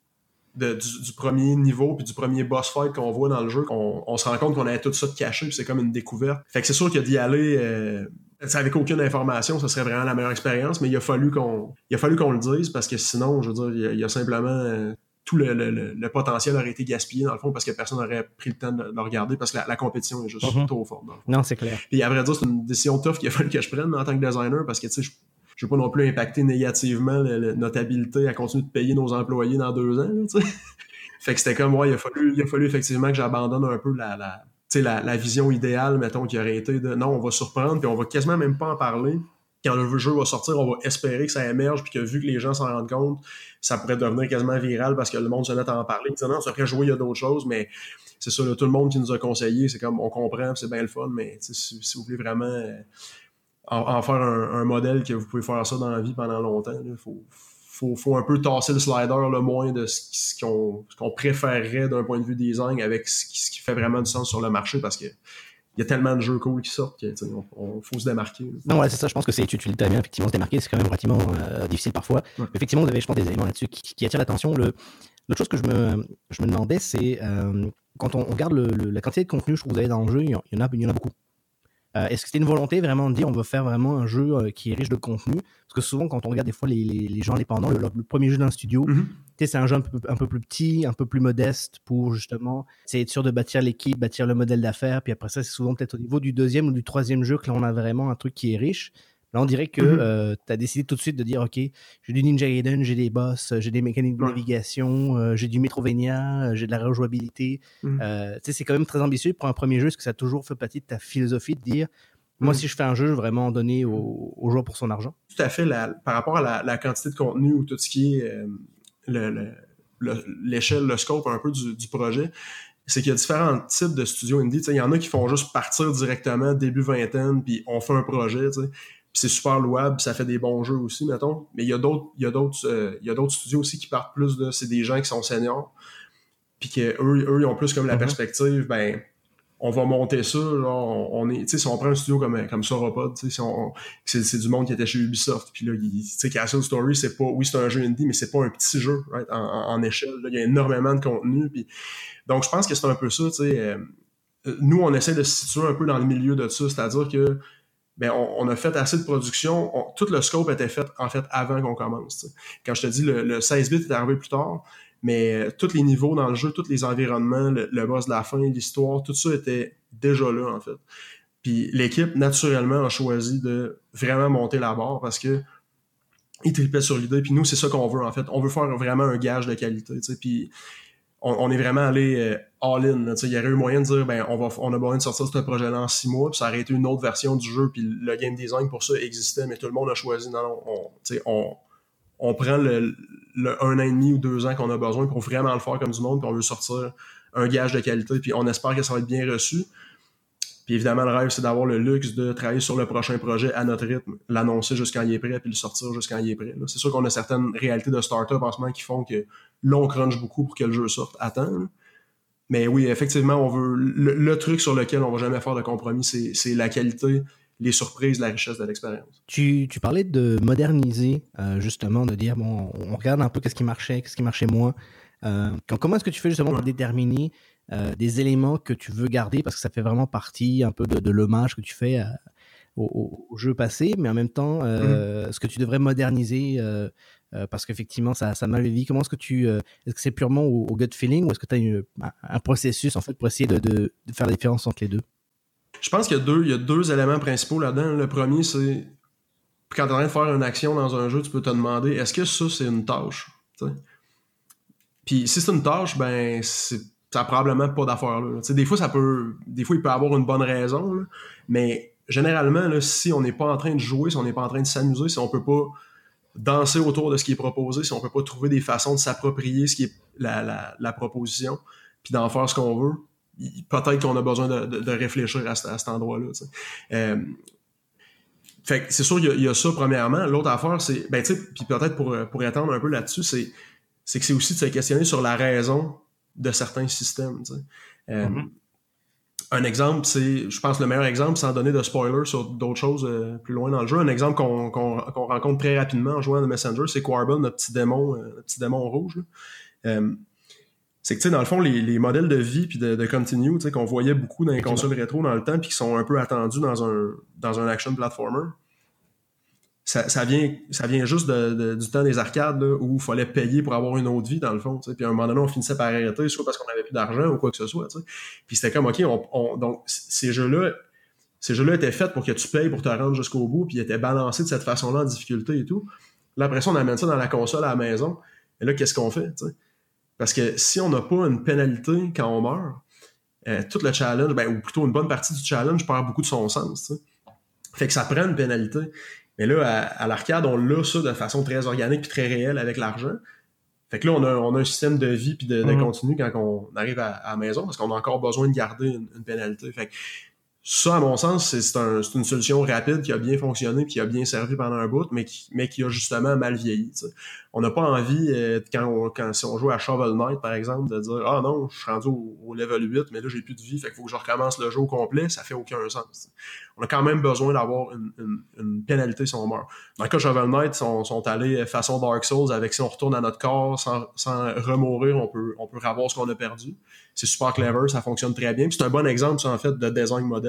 de, du, du premier niveau puis du premier boss fight qu'on voit dans le jeu qu'on on se rend compte qu'on avait tout ça de caché, puis c'est comme une découverte. Fait que c'est sûr que d'y aller... Euh, avec aucune information, ça serait vraiment la meilleure expérience, mais il a fallu qu'on, il a fallu qu'on le dise, parce que sinon, je veux dire, il y a, il y a simplement euh, tout le, le, le potentiel aurait été gaspillé dans le fond, parce que personne n'aurait pris le temps de le regarder, parce que la, la compétition est juste mm-hmm. trop forte. Non, c'est clair. Puis à vrai dire, c'est une décision tough qu'il a fallu que je prenne en tant que designer, parce que tu sais, je, je veux pas non plus impacter négativement le, le, notre habilité à continuer de payer nos employés dans deux ans. Là, tu sais. Fait que c'était comme, ouais, il a fallu, il a fallu effectivement que j'abandonne un peu la, la La, la vision idéale, mettons, qui aurait été de non, on va surprendre, puis on va quasiment même pas en parler. Quand le jeu va sortir, on va espérer que ça émerge, puis que vu que les gens s'en rendent compte, ça pourrait devenir quasiment viral parce que le monde se met à en parler. Ils disent non, ça pourrait jouer, il y a d'autres choses, mais c'est ça, là, tout le monde qui nous a conseillé, c'est comme on comprend, c'est bien le fun, mais si, si vous voulez vraiment euh, en, en faire un, un modèle que vous pouvez faire ça dans la vie pendant longtemps, il faut. Faut, faut un peu tasser le slider le moins de ce, ce, qu'on, ce qu'on préférerait d'un point de vue design avec ce qui, ce qui fait vraiment du sens sur le marché, parce que il y a tellement de jeux cool qui sortent qu'il faut se démarquer. Là. Non, ouais, c'est ça, je pense que c'est utilitaire bien, effectivement, se démarquer, c'est quand même relativement euh, difficile parfois. Ouais. Effectivement, vous avez, je pense, des éléments là-dessus qui, qui attirent l'attention. Le, l'autre chose que je me, je me demandais, c'est euh, quand on, on regarde le, le, la quantité de contenu, je trouve que vous avez dans le jeu, il y en a, il y en a beaucoup. Euh, est-ce que c'était une volonté vraiment de dire on veut faire vraiment un jeu euh, qui est riche de contenu? Parce que souvent, quand on regarde des fois les, les, les gens indépendants, le, le premier jeu d'un studio, mm-hmm. c'est un jeu un peu, un peu plus petit, un peu plus modeste pour justement c'est être sûr de bâtir l'équipe, bâtir le modèle d'affaires. Puis après ça, c'est souvent peut-être au niveau du deuxième ou du troisième jeu que là, on a vraiment un truc qui est riche. Là, on dirait que mm-hmm. euh, tu as décidé tout de suite de dire, OK, j'ai du Ninja Gaiden, j'ai des boss, j'ai des mécaniques de ouais. navigation, euh, j'ai du Metrovania, j'ai de la rejouabilité. Mm-hmm. Euh, tu sais, c'est quand même très ambitieux pour un premier jeu, parce que ça a toujours fait partie de ta philosophie de dire, moi, mm-hmm. si je fais un jeu, je veux vraiment donner au, au joueur pour son argent. Tout à fait. La, par rapport à la, la quantité de contenu ou tout ce qui est euh, le, le, le, l'échelle, le scope un peu du, du projet, c'est qu'il y a différents types de studios indie. Il y en a qui font juste partir directement début vingtaine, puis on fait un projet, tu sais. Puis c'est super louable, ça fait des bons jeux aussi, mettons. Mais il y a d'autres, il y a d'autres, euh, il y a d'autres studios aussi qui partent plus de, c'est des gens qui sont seniors, puis que eux, eux, ils ont plus comme la mm-hmm. perspective, ben, on va monter ça, genre, on est, tu sais, si on prend un studio comme comme Sauropod, tu sais, si on, c'est, c'est du monde qui était chez Ubisoft, puis là, tu sais, Castle Story, c'est pas, oui, c'est un jeu indie, mais c'est pas un petit jeu, right, en, en, en échelle. Là, il y a énormément de contenu, puis donc je pense que c'est un peu ça, tu sais. Euh, nous, on essaie de se situer un peu dans le milieu de ça, c'est-à-dire que ben on, on a fait assez de production, on, tout le scope était fait en fait avant qu'on commence. T'sais. Quand je te dis le, le seize bits est arrivé plus tard, mais tous les niveaux dans le jeu, tous les environnements, le, le boss de la fin, l'histoire, tout ça était déjà là en fait. Puis l'équipe naturellement a choisi de vraiment monter la barre parce que ils tripaient sur l'idée. Puis nous c'est ça qu'on veut en fait. On veut faire vraiment un gage de qualité. T'sais. Puis On, on est vraiment allé euh, all-in. Il y aurait eu moyen de dire ben on va on a besoin de sortir ce projet-là en six mois, puis ça aurait été une autre version du jeu, puis le game design pour ça existait, mais tout le monde a choisi non, non on, on, on prend le, le un an et demi ou deux ans qu'on a besoin pour vraiment le faire comme du monde, puis on veut sortir un gage de qualité, puis on espère que ça va être bien reçu. Puis évidemment, le rêve, c'est d'avoir le luxe de travailler sur le prochain projet à notre rythme, l'annoncer jusqu'à quand il est prêt, puis le sortir jusqu'à quand il est prêt. Là. C'est sûr qu'on a certaines réalités de start-up en ce moment qui font que là, on crunch beaucoup pour que le jeu sorte à temps. Là. Mais oui, effectivement, on veut le, le truc sur lequel on va jamais faire de compromis, c'est, c'est la qualité, les surprises, la richesse de l'expérience. Tu, tu parlais de moderniser, euh, justement, de dire, bon, on regarde un peu qu'est-ce qui marchait, qu'est-ce qui marchait moins. Euh, comment est-ce que tu fais justement pour ouais. déterminer euh, des éléments que tu veux garder, parce que ça fait vraiment partie un peu de, de l'hommage que tu fais à, au, au jeu passé, mais en même temps, euh, mm-hmm. ce que tu devrais moderniser, euh, euh, parce qu'effectivement, ça, ça m'a vieilli. Comment est-ce que tu... Euh, est-ce que c'est purement au, au gut feeling, ou est-ce que tu as une, un processus, en fait, pour essayer de, de, de faire la différence entre les deux? Je pense qu'il y a deux, il y a deux éléments principaux là-dedans. Le premier, c'est quand tu es en train de faire une action dans un jeu, tu peux te demander, est-ce que ça, c'est une tâche? T'sais? Puis si c'est une tâche, ben c'est, ça n'a probablement pas d'affaire là. T'sais, des fois, ça peut. Des fois, il peut avoir une bonne raison, là, mais généralement, là, si on n'est pas en train de jouer, si on n'est pas en train de s'amuser, si on peut pas danser autour de ce qui est proposé, si on peut pas trouver des façons de s'approprier ce qui est la, la, la proposition, puis d'en faire ce qu'on veut, peut-être qu'on a besoin de, de, de réfléchir à, ce, à cet endroit-là. Euh, fait que c'est sûr qu'il y a, il y a ça premièrement. L'autre affaire, c'est. Ben tu sais, puis peut-être pour, pour étendre un peu là-dessus, c'est. c'est que c'est aussi de se questionner sur la raison de certains systèmes. Euh, mm-hmm. Un exemple, c'est, je pense, le meilleur exemple, sans donner de spoiler sur d'autres choses euh, plus loin dans le jeu. Un exemple qu'on, qu'on, qu'on rencontre très rapidement en jouant à The Messenger, c'est Quarbon, notre petit démon, euh, notre petit démon rouge. Euh, c'est que, tu sais, dans le fond, les, les modèles de vie puis de, de continue, tu sais, qu'on voyait beaucoup dans les consoles rétro dans le temps puis qui sont un peu attendus dans un, dans un action platformer, Ça, ça vient ça vient juste de, de, du temps des arcades là, où il fallait payer pour avoir une autre vie dans le fond, tu sais. Puis à un moment donné on finissait par arrêter, soit parce qu'on avait plus d'argent ou quoi que ce soit, tu sais. Puis c'était comme ok, on, on, donc ces jeux-là ces jeux-là étaient faits pour que tu payes pour te rendre jusqu'au bout, puis ils étaient balancés de cette façon-là en difficulté et tout. Là après ça on amène ça dans la console à la maison, et là qu'est-ce qu'on fait, tu sais? Parce que si on n'a pas une pénalité quand on meurt, euh, tout le challenge, ben, ou plutôt une bonne partie du challenge perd beaucoup de son sens, tu sais. Fait que ça prend une pénalité. Mais là, à, à l'arcade, on l'a ça de façon très organique puis très réelle avec l'argent. Fait que là, on a, on a un système de vie puis de, de mmh. continu quand on arrive à, à la maison parce qu'on a encore besoin de garder une, une pénalité. Fait que ça, à mon sens, c'est, c'est, un, c'est une solution rapide qui a bien fonctionné puis qui a bien servi pendant un bout, mais qui, mais qui a justement mal vieilli. T'sais. On n'a pas envie, euh, quand, on, quand si on joue à Shovel Knight, par exemple, de dire « Ah non, je suis rendu au, au level huit, mais là, j'ai plus de vie, fait qu'il faut que je recommence le jeu au complet. » Ça fait aucun sens. T'sais. On a quand même besoin d'avoir une, une, une pénalité si on meurt. Dans le cas de Shovel Knight, ils sont, sont allés façon Dark Souls avec si on retourne à notre corps sans, sans remourir, on peut, on peut revoir ce qu'on a perdu. C'est super clever, ça fonctionne très bien. Puis c'est un bon exemple, ça, en fait, de design moderne.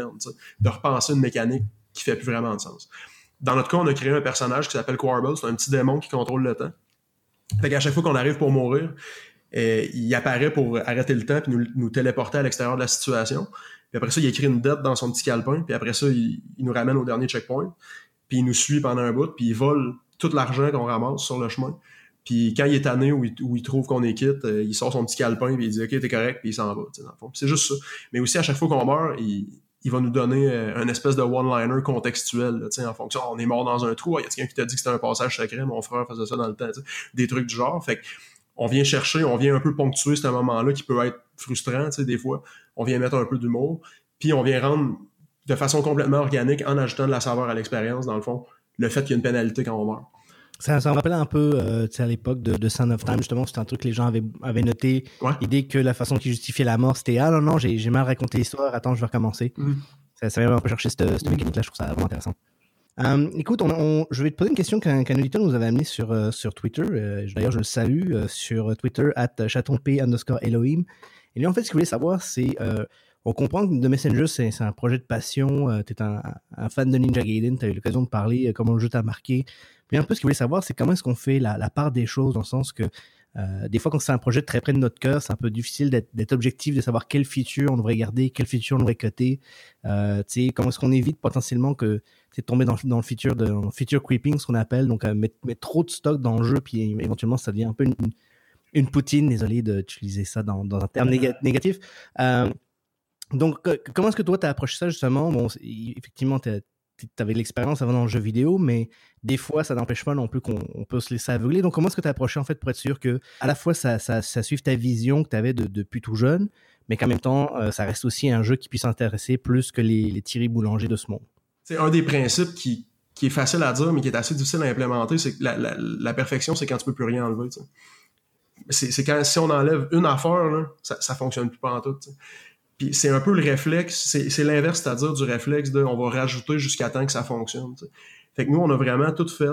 moderne, t'sais, de repenser une mécanique qui fait plus vraiment de sens. Dans notre cas, on a créé un personnage qui s'appelle Quarble, c'est un petit démon qui contrôle le temps. Fait qu'à chaque fois qu'on arrive pour mourir, euh, il apparaît pour arrêter le temps puis nous, nous téléporter à l'extérieur de la situation. Puis après ça, il écrit une dette dans son petit calepin, puis après ça, il, il nous ramène au dernier checkpoint, puis il nous suit pendant un bout, puis il vole tout l'argent qu'on ramasse sur le chemin. Puis quand il est tanné ou il, ou il trouve qu'on est quitte, euh, il sort son petit calepin, puis il dit « Ok, t'es correct », puis il s'en va, tu sais, dans le fond. Puis c'est juste ça. Mais aussi, à chaque fois qu'on meurt, il, il va nous donner euh, un espèce de one-liner contextuel, tu sais, en fonction, on est mort dans un trou, il y a quelqu'un qui t'a dit que c'était un passage secret, mon frère faisait ça dans le temps, tu sais, des trucs du genre. Fait qu'on vient chercher, on vient un peu ponctuer ce moment-là qui peut être frustrant, tu sais, des fois. On vient mettre un peu d'humour. Puis on vient rendre de façon complètement organique, en ajoutant de la saveur à l'expérience, dans le fond, le fait qu'il y a une pénalité quand on meurt. Ça, ça me rappelle un peu euh, à l'époque de, de Son of Time, justement, c'était un truc que les gens avaient, avaient noté, ouais. L'idée que la façon qui justifiait la mort, c'était « Ah non, non, j'ai, j'ai mal raconté l'histoire, attends, je vais recommencer. Mm. » Ça, ça vient un peu chercher cette, cette mécanique-là, je trouve ça vraiment intéressant. Euh, écoute, on, on, je vais te poser une question qu'un, qu'un auditeur nous avait amenée sur, euh, sur Twitter. Euh, d'ailleurs, je le salue euh, sur Twitter, at chatonp underscore Elohim. Et lui, en fait, ce qu'il voulait savoir, c'est... Euh, on comprend que The Messenger, c'est, c'est un projet de passion. Euh, tu es un, un fan de Ninja Gaiden, tu as eu l'occasion de parler, euh, comment le jeu t'a marqué. Mais un peu, ce qu'il voulait savoir, c'est comment est-ce qu'on fait la, la part des choses, dans le sens que euh, des fois, quand c'est un projet très près de notre cœur, c'est un peu difficile d'être, d'être objectif, de savoir quel feature on devrait garder, quel feature on devrait cutter. Euh, tu sais, comment est-ce qu'on évite potentiellement que tu tomber dans, dans le feature de dans le feature creeping, ce qu'on appelle, donc euh, mettre, mettre trop de stock dans le jeu, puis éventuellement, ça devient un peu une, une, une poutine. Désolé d'utiliser ça dans, dans un terme néga- négatif. Euh, donc, euh, comment est-ce que toi, tu as approché ça, justement? Bon, effectivement, tu avais de l'expérience avant dans le jeu vidéo, mais des fois, ça n'empêche pas non plus qu'on on peut se laisser aveugler. Donc, comment est-ce que tu as approché, en fait, pour être sûr que, à la fois, ça, ça, ça suive ta vision que tu avais de, depuis tout jeune, mais qu'en même temps, euh, ça reste aussi un jeu qui puisse intéresser plus que les, les Thierry Boulanger de ce monde? C'est un des principes qui, qui est facile à dire, mais qui est assez difficile à implémenter, c'est que la, la, la perfection, c'est quand tu peux plus rien enlever, tu sais. C'est, c'est quand, si on enlève une affaire, là, ça, ça fonctionne plus pas en tout, tu sais. Puis c'est un peu le réflexe, c'est, c'est l'inverse, c'est-à-dire du réflexe de on va rajouter jusqu'à temps que ça fonctionne. T'sais. Fait que nous, on a vraiment tout fait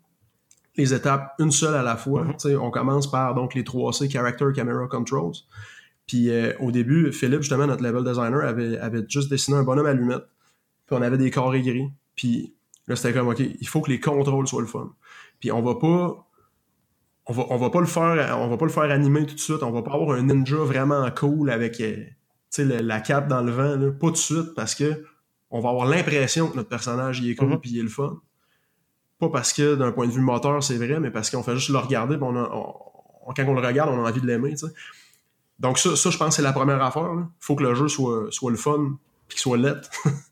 les étapes une seule à la fois. Mm-hmm. On commence par donc les trois C, Character, Camera, Controls. Puis euh, au début, Philippe, justement, notre level designer, avait, avait juste dessiné un bonhomme allumette. Puis on avait des carrés gris. Puis là, c'était comme, OK, il faut que les contrôles soient le fun. Puis on va pas... On va, on va pas le faire on va pas le faire animer tout de suite. On va pas avoir un ninja vraiment cool avec... Euh, tu sais, la cape dans le vent, là, pas tout de suite, parce que on va avoir l'impression que notre personnage il est cool, mm-hmm. puis il est le fun. Pas parce que d'un point de vue moteur, c'est vrai, mais parce qu'on fait juste le regarder, puis on a, on, quand on le regarde, on a envie de l'aimer, tu sais. Donc ça, ça, je pense que c'est la première affaire. Il faut que le jeu soit, soit le fun, puis qu'il soit lettre.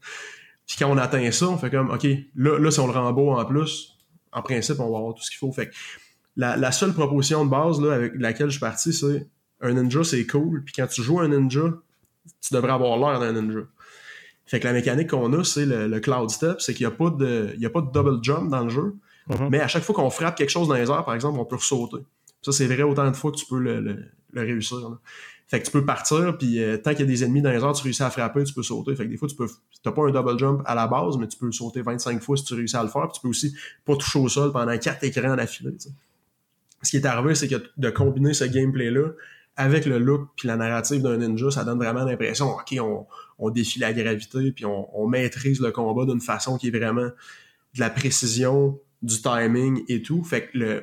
Puis quand on atteint ça, on fait comme, OK, là, là, si on le rend beau en plus, en principe, on va avoir tout ce qu'il faut. Fait que la, la seule proposition de base là, avec laquelle je suis parti, c'est un ninja, c'est cool, puis quand tu joues un ninja, tu devrais avoir l'air d'un ninja. Fait que la mécanique qu'on a, c'est le, le cloud step, c'est qu'il n'y a pas de, il y a pas de double jump dans le jeu, mm-hmm. mais à chaque fois qu'on frappe quelque chose dans les airs, par exemple, on peut ressauter. Ça, c'est vrai autant de fois que tu peux le, le, le réussir. Là. Fait que tu peux partir, puis euh, tant qu'il y a des ennemis dans les airs, tu réussis à frapper, tu peux sauter. Fait que des fois, tu peux, t'as pas un double jump à la base, mais tu peux sauter vingt-cinq fois si tu réussis à le faire, puis tu peux aussi pas toucher au sol pendant quatre écrans d'affilée. T'sais. Ce qui est arrivé, c'est que de combiner ce gameplay-là avec le look puis la narrative d'un ninja, ça donne vraiment l'impression, OK, on, on défie la gravité puis on, on maîtrise le combat d'une façon qui est vraiment de la précision, du timing et tout. Fait que le,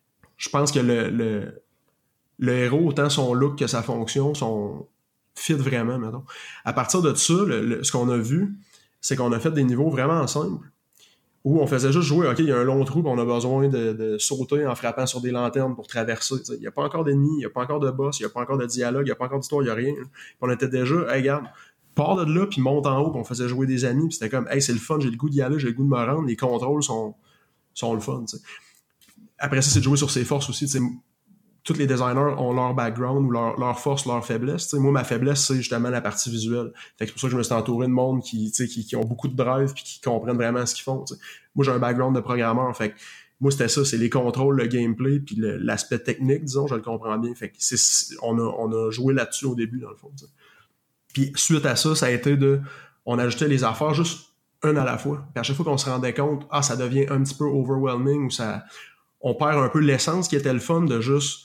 je pense que le, le, le héros, autant son look que sa fonction, son fit vraiment, mettons. À partir de ça, le, le, ce qu'on a vu, c'est qu'on a fait des niveaux vraiment simples où on faisait juste jouer, OK, il y a un long trou, puis on a besoin de, de sauter en frappant sur des lanternes pour traverser. Il n'y a pas encore d'ennemis, il n'y a pas encore de boss, il n'y a pas encore de dialogue, il n'y a pas encore d'histoire, il n'y a rien. Puis on était déjà, hey, regarde, pars de là, puis monte en haut, puis on faisait jouer des amis, puis c'était comme, hey, c'est le fun, j'ai le goût d'y aller, j'ai le goût de me rendre, les contrôles sont, sont le fun. T'sais. Après ça, c'est de jouer sur ses forces aussi. T'sais. Tous les designers ont leur background ou leur, leur force, leur faiblesse. T'sais, moi, ma faiblesse, c'est justement la partie visuelle. Fait que c'est pour ça que je me suis entouré de monde qui, qui, qui ont beaucoup de drive puis qui comprennent vraiment ce qu'ils font. T'sais. Moi, j'ai un background de programmeur. Fait que moi, c'était ça, c'est les contrôles, le gameplay, puis le, l'aspect technique, disons, je le comprends bien. Fait que c'est, on, a, on a joué là-dessus au début, dans le fond. T'sais. Puis suite à ça, ça a été de... On ajoutait les affaires juste une à la fois. Puis à chaque fois qu'on se rendait compte, ah, ça devient un petit peu overwhelming ou ça... On perd un peu l'essence qui était le fun de juste...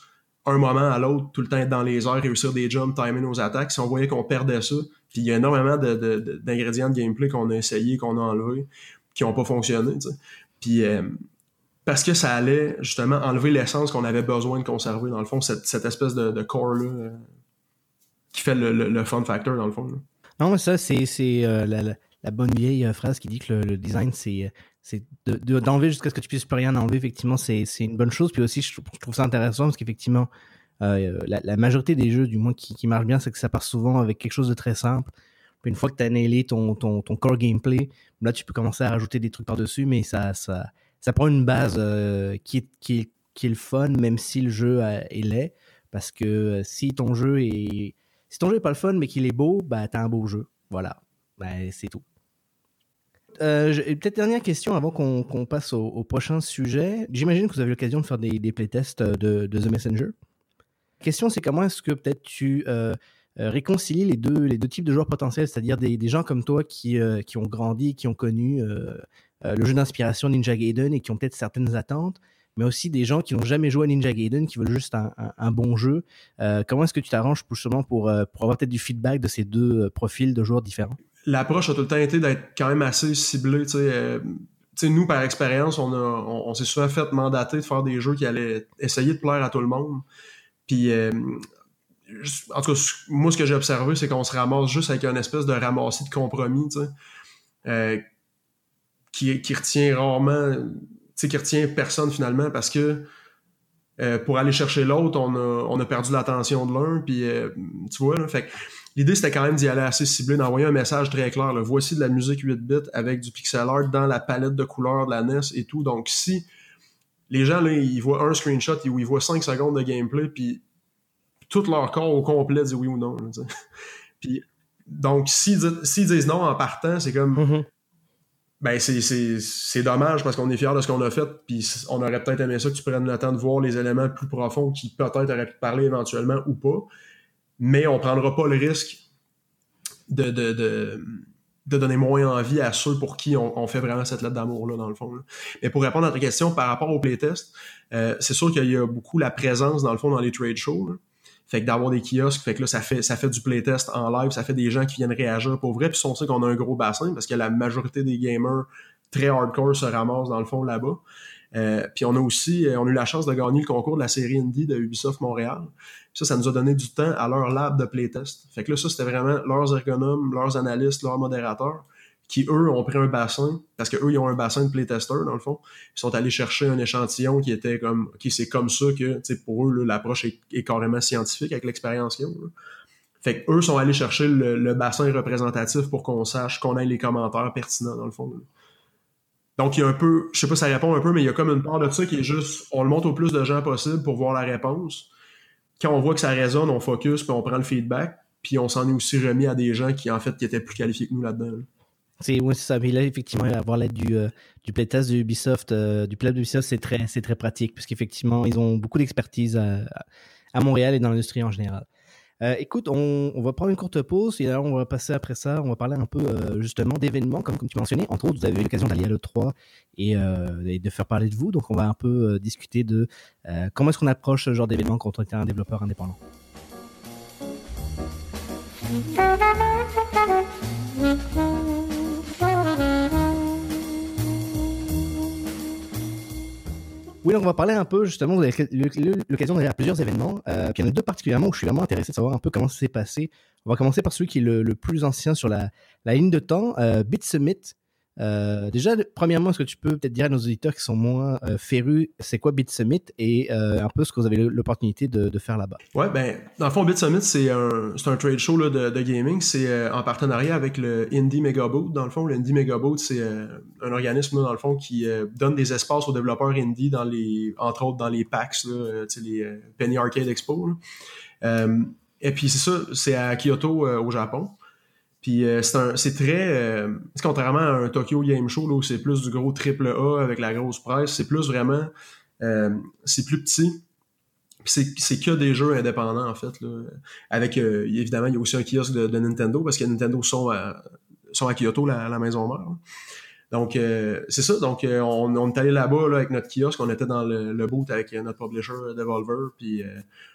un moment à l'autre, tout le temps être dans les airs, réussir des jumps, timer nos attaques. Si on voyait qu'on perdait ça, puis il y a énormément de, de, de, d'ingrédients de gameplay qu'on a essayé, qu'on a enlevé, qui n'ont pas fonctionné, tu sais. Puis euh, parce que ça allait justement enlever l'essence qu'on avait besoin de conserver, dans le fond, cette, cette espèce de, de core-là euh, qui fait le, le, le fun factor, dans le fond. Là. Non, mais ça, c'est, c'est euh, la, la, la bonne vieille phrase qui dit que le, le design, c'est, c'est de, de, d'enlever jusqu'à ce que tu puisses plus rien enlever. Effectivement, c'est, c'est une bonne chose. Puis aussi, je, je trouve ça intéressant parce qu'effectivement, euh, la, la majorité des jeux, du moins, qui, qui marchent bien, c'est que ça part souvent avec quelque chose de très simple. Puis une fois que tu as nailé ton, ton, ton core gameplay, là, tu peux commencer à rajouter des trucs par-dessus, mais ça, ça, ça prend une base euh, qui, est, qui, est, qui est le fun, même si le jeu est laid. Parce que euh, si ton jeu est... Si ton jeu n'est pas le fun, mais qu'il est beau, bah, t'as un beau jeu. Voilà. Ben, c'est tout. Euh, je, peut-être dernière question avant qu'on, qu'on passe au, au prochain sujet. J'imagine que vous avez l'occasion de faire des, des playtests de, de The Messenger. La question, c'est comment est-ce que peut-être tu euh, réconcilies les deux, les deux types de joueurs potentiels, c'est-à-dire des, des gens comme toi qui, euh, qui ont grandi, qui ont connu euh, euh, le jeu d'inspiration Ninja Gaiden et qui ont peut-être certaines attentes, mais aussi des gens qui n'ont jamais joué à Ninja Gaiden, qui veulent juste un, un, un bon jeu. Euh, comment est-ce que tu t'arranges pour, justement pour, euh, pour avoir peut-être du feedback de ces deux euh, profils de joueurs différents? L'approche a tout le temps été d'être quand même assez ciblée. Tu sais, euh, tu sais, nous, par expérience, on, a, on, on s'est souvent fait mandater de faire des jeux qui allaient essayer de plaire à tout le monde. Puis, euh, en tout cas, moi, ce que j'ai observé, c'est qu'on se ramasse juste avec une espèce de ramassis de compromis, tu sais, euh, qui, qui retient rarement... Tu sais, qui retient personne finalement parce que euh, pour aller chercher l'autre, on a, on a perdu l'attention de l'un, puis euh, tu vois, là, fait que l'idée c'était quand même d'y aller assez ciblé, d'envoyer un message très clair, là, voici de la musique huit bits avec du pixel art dans la palette de couleurs de la N E S et tout, donc si les gens, là, ils voient un screenshot où ils voient cinq secondes de gameplay, puis tout leur corps au complet dit oui ou non, là, puis donc s'ils, s'ils disent non en partant, c'est comme... Mm-hmm. Ben, c'est, c'est, c'est dommage parce qu'on est fiers de ce qu'on a fait, puis on aurait peut-être aimé ça que tu prennes le temps de voir les éléments plus profonds qui peut-être auraient pu te parler éventuellement ou pas, mais on prendra pas le risque de, de, de, de donner moins envie à ceux pour qui on, on fait vraiment cette lettre d'amour-là, dans le fond. Là. Mais pour répondre à ta question, par rapport au playtest, euh, c'est sûr qu'il y a beaucoup la présence, dans le fond, dans les trade shows, là. Fait que d'avoir des kiosques, fait que là, ça fait, ça fait du playtest en live, ça fait des gens qui viennent réagir pour vrai, puis on sait qu'on a un gros bassin, parce que la majorité des gamers très hardcore se ramassent dans le fond là-bas. Euh, puis on a aussi, on a eu la chance de gagner le concours de la série Indie de Ubisoft Montréal. Puis ça, ça nous a donné du temps à leur lab de playtest. Fait que là, ça, c'était vraiment leurs ergonomes, leurs analystes, leurs modérateurs, qui, eux, ont pris un bassin, parce qu'eux, ils ont un bassin de playtesters, dans le fond. Ils sont allés chercher un échantillon qui était comme, OK, c'est comme ça que, tu sais, pour eux, là, l'approche est, est carrément scientifique avec l'expérience qu'ils ont. Là. Fait qu'eux sont allés chercher le, le bassin représentatif pour qu'on sache, qu'on ait les commentaires pertinents, dans le fond. Là. Donc, il y a un peu, je sais pas si ça répond un peu, mais il y a comme une part de ça qui est juste, on le montre au plus de gens possible pour voir la réponse. Quand on voit que ça résonne, on focus, puis on prend le feedback, puis on s'en est aussi remis à des gens qui, en fait, qui étaient plus qualifiés que nous là-dedans. Là. C'est, oui, c'est ça. Mais là, effectivement, avoir l'aide du, euh, du playtest de Ubisoft, euh, du playtest de Ubisoft, c'est très, c'est très pratique, puisqu'effectivement, ils ont beaucoup d'expertise à, à Montréal et dans l'industrie en général. Euh, écoute, on, on va prendre une courte pause et là, on va passer après ça, on va parler un peu euh, justement d'événements, comme, comme tu mentionnais. Entre autres, vous avez eu l'occasion d'aller à l'E trois et, euh, et de faire parler de vous. Donc, on va un peu euh, discuter de euh, comment est-ce qu'on approche ce genre d'événement quand on est un développeur indépendant. Oui, donc on va parler un peu, justement, vous avez l'occasion d'aller à plusieurs événements. Euh, puis il y en a deux particulièrement où je suis vraiment intéressé de savoir un peu comment ça s'est passé. On va commencer par celui qui est le, le plus ancien sur la, la ligne de temps, euh, Beat Summit. Euh, déjà, premièrement, est-ce que tu peux peut-être dire à nos auditeurs qui sont moins euh, férus, c'est quoi Beat Summit et euh, un peu ce que vous avez l'opportunité de, de faire là-bas? Ouais, ben, dans le fond, Beat Summit, c'est un, c'est un trade show là, de, de gaming. C'est euh, en partenariat avec le Indie Megaboot. Dans le fond, le Indie Megaboot, c'est euh, un organisme, là, dans le fond, qui euh, donne des espaces aux développeurs indie, dans les, entre autres dans les PAX, là, euh, les euh, Penny Arcade Expo. Là. Euh, et puis, c'est ça, c'est à Kyoto, euh, au Japon. Puis euh, c'est, un, c'est très... Euh, c'est contrairement à un Tokyo Game Show, là, où c'est plus du gros triple A avec la grosse presse, c'est plus vraiment... Euh, c'est plus petit. Puis c'est, c'est que des jeux indépendants, en fait. Là. Avec, euh, évidemment, il y a aussi un kiosque de, de Nintendo, parce que Nintendo sont à, sont à Kyoto, la, la maison mère. Là. Donc, euh, c'est ça. Donc, euh, on, on est allé là-bas là, avec notre kiosque. On était dans le, le booth avec notre publisher Devolver. Puis, euh,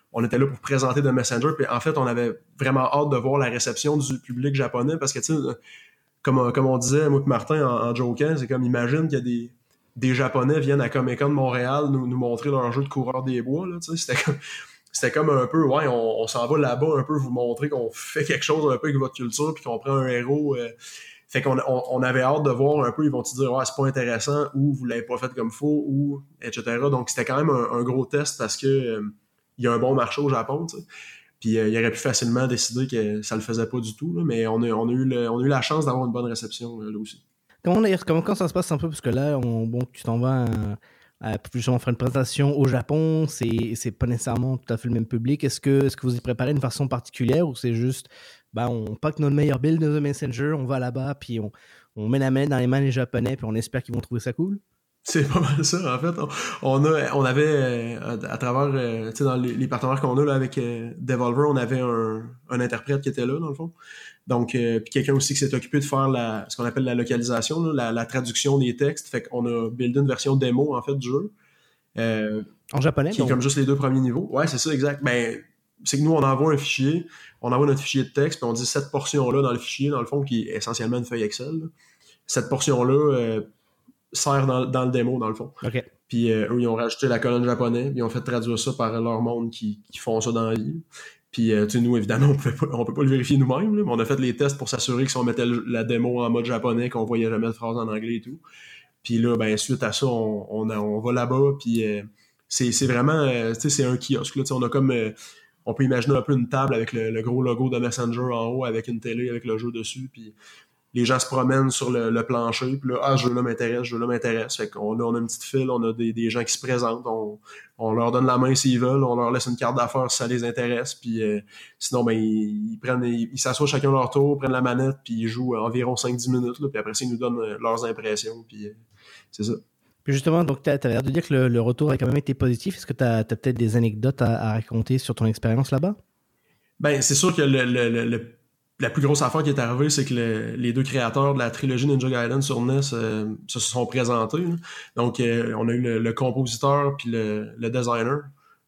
on était là pour présenter The Messenger, puis en fait, on avait vraiment hâte de voir la réception du public japonais, parce que, tu sais, comme, comme on disait, moi et Martin, en, en jokant, c'est comme, imagine qu'il y a des, des Japonais viennent à Comic-Con de Montréal nous, nous montrer leur jeu de coureur des bois, là, tu sais, c'était comme... C'était comme un peu, ouais, on, on s'en va là-bas un peu vous montrer qu'on fait quelque chose un peu avec votre culture, puis qu'on prend un héros. Euh, fait qu'on on, on avait hâte de voir un peu, ils vont te dire, ouais, c'est pas intéressant, ou vous l'avez pas fait comme faut, ou et cetera. Donc c'était quand même un, un gros test parce que euh, il y a un bon marché au Japon, tu sais. Puis euh, il aurait pu facilement décider que ça le faisait pas du tout, là, mais on a, on a eu le, on a eu la chance d'avoir une bonne réception là, là aussi. Comment d'ailleurs, comment quand ça se passe un peu, parce que là, on, bon, tu t'en vas. À... Euh, justement faire une présentation au Japon, c'est, c'est pas nécessairement tout à fait le même public. Est-ce que, est-ce que vous y préparez d'une façon particulière ou c'est juste, bah, on pack notre meilleur build de The Messenger, on va là-bas, puis on, on met la main dans les mains des Japonais, puis on espère qu'ils vont trouver ça cool? C'est pas mal ça, en fait. On, a, on avait, euh, à travers, euh, tu sais, dans les, les partenaires qu'on a là, avec euh, Devolver, on avait un, un interprète qui était là, dans le fond. Donc, euh, puis quelqu'un aussi qui s'est occupé de faire la, ce qu'on appelle la localisation, là, la, la traduction des textes. Fait qu'on a buildé une version démo, en fait, du jeu. Euh, en japonais, qui donc. est comme juste les deux premiers niveaux. Ouais, c'est ça, exact. Ben, c'est que nous, on envoie un fichier, on envoie notre fichier de texte, puis on dit cette portion-là dans le fichier, dans le fond, qui est essentiellement une feuille Excel. Là. Cette portion-là euh, sert dans, dans le démo, dans le fond. OK. Puis euh, eux, ils ont rajouté la colonne japonais, puis ils ont fait traduire ça par leur monde qui, qui font ça dans la vie. Puis, euh, tu sais, nous, évidemment, on peut pas, on peut pas le vérifier nous-mêmes, là, mais on a fait les tests pour s'assurer que si on mettait le, la démo en mode japonais, qu'on voyait jamais de phrase en anglais et tout. Puis là, ben, suite à ça, on, on, a, on va là-bas, puis euh, c'est, c'est vraiment, euh, tu sais, c'est un kiosque, là, tu sais, on a comme, euh, on peut imaginer un peu une table avec le, le gros logo de Messenger en haut, avec une télé, avec le jeu dessus, puis les gens se promènent sur le, le plancher, puis là, ah, ce jeu-là m'intéresse, ce jeu-là m'intéresse. Fait qu'on a, on a une petite file, on a des, des gens qui se présentent, on, on leur donne la main s'ils veulent, on leur laisse une carte d'affaires si ça les intéresse, puis euh, sinon, ben, ils, ils prennent, ils, ils s'assoient chacun leur tour, prennent la manette, puis ils jouent environ cinq dix minutes, là, puis après ça, ils nous donnent leurs impressions, puis euh, c'est ça. Puis justement, donc tu as l'air de dire que le, le retour a quand même été positif. Est-ce que tu as peut-être des anecdotes à, à raconter sur ton expérience là-bas? Ben, c'est sûr que le, le, le, le la plus grosse affaire qui est arrivée, c'est que le, les deux créateurs de la trilogie Ninja Gaiden sur N E S euh, se sont présentés. Là. Donc, euh, on a eu le, le compositeur puis le, le designer.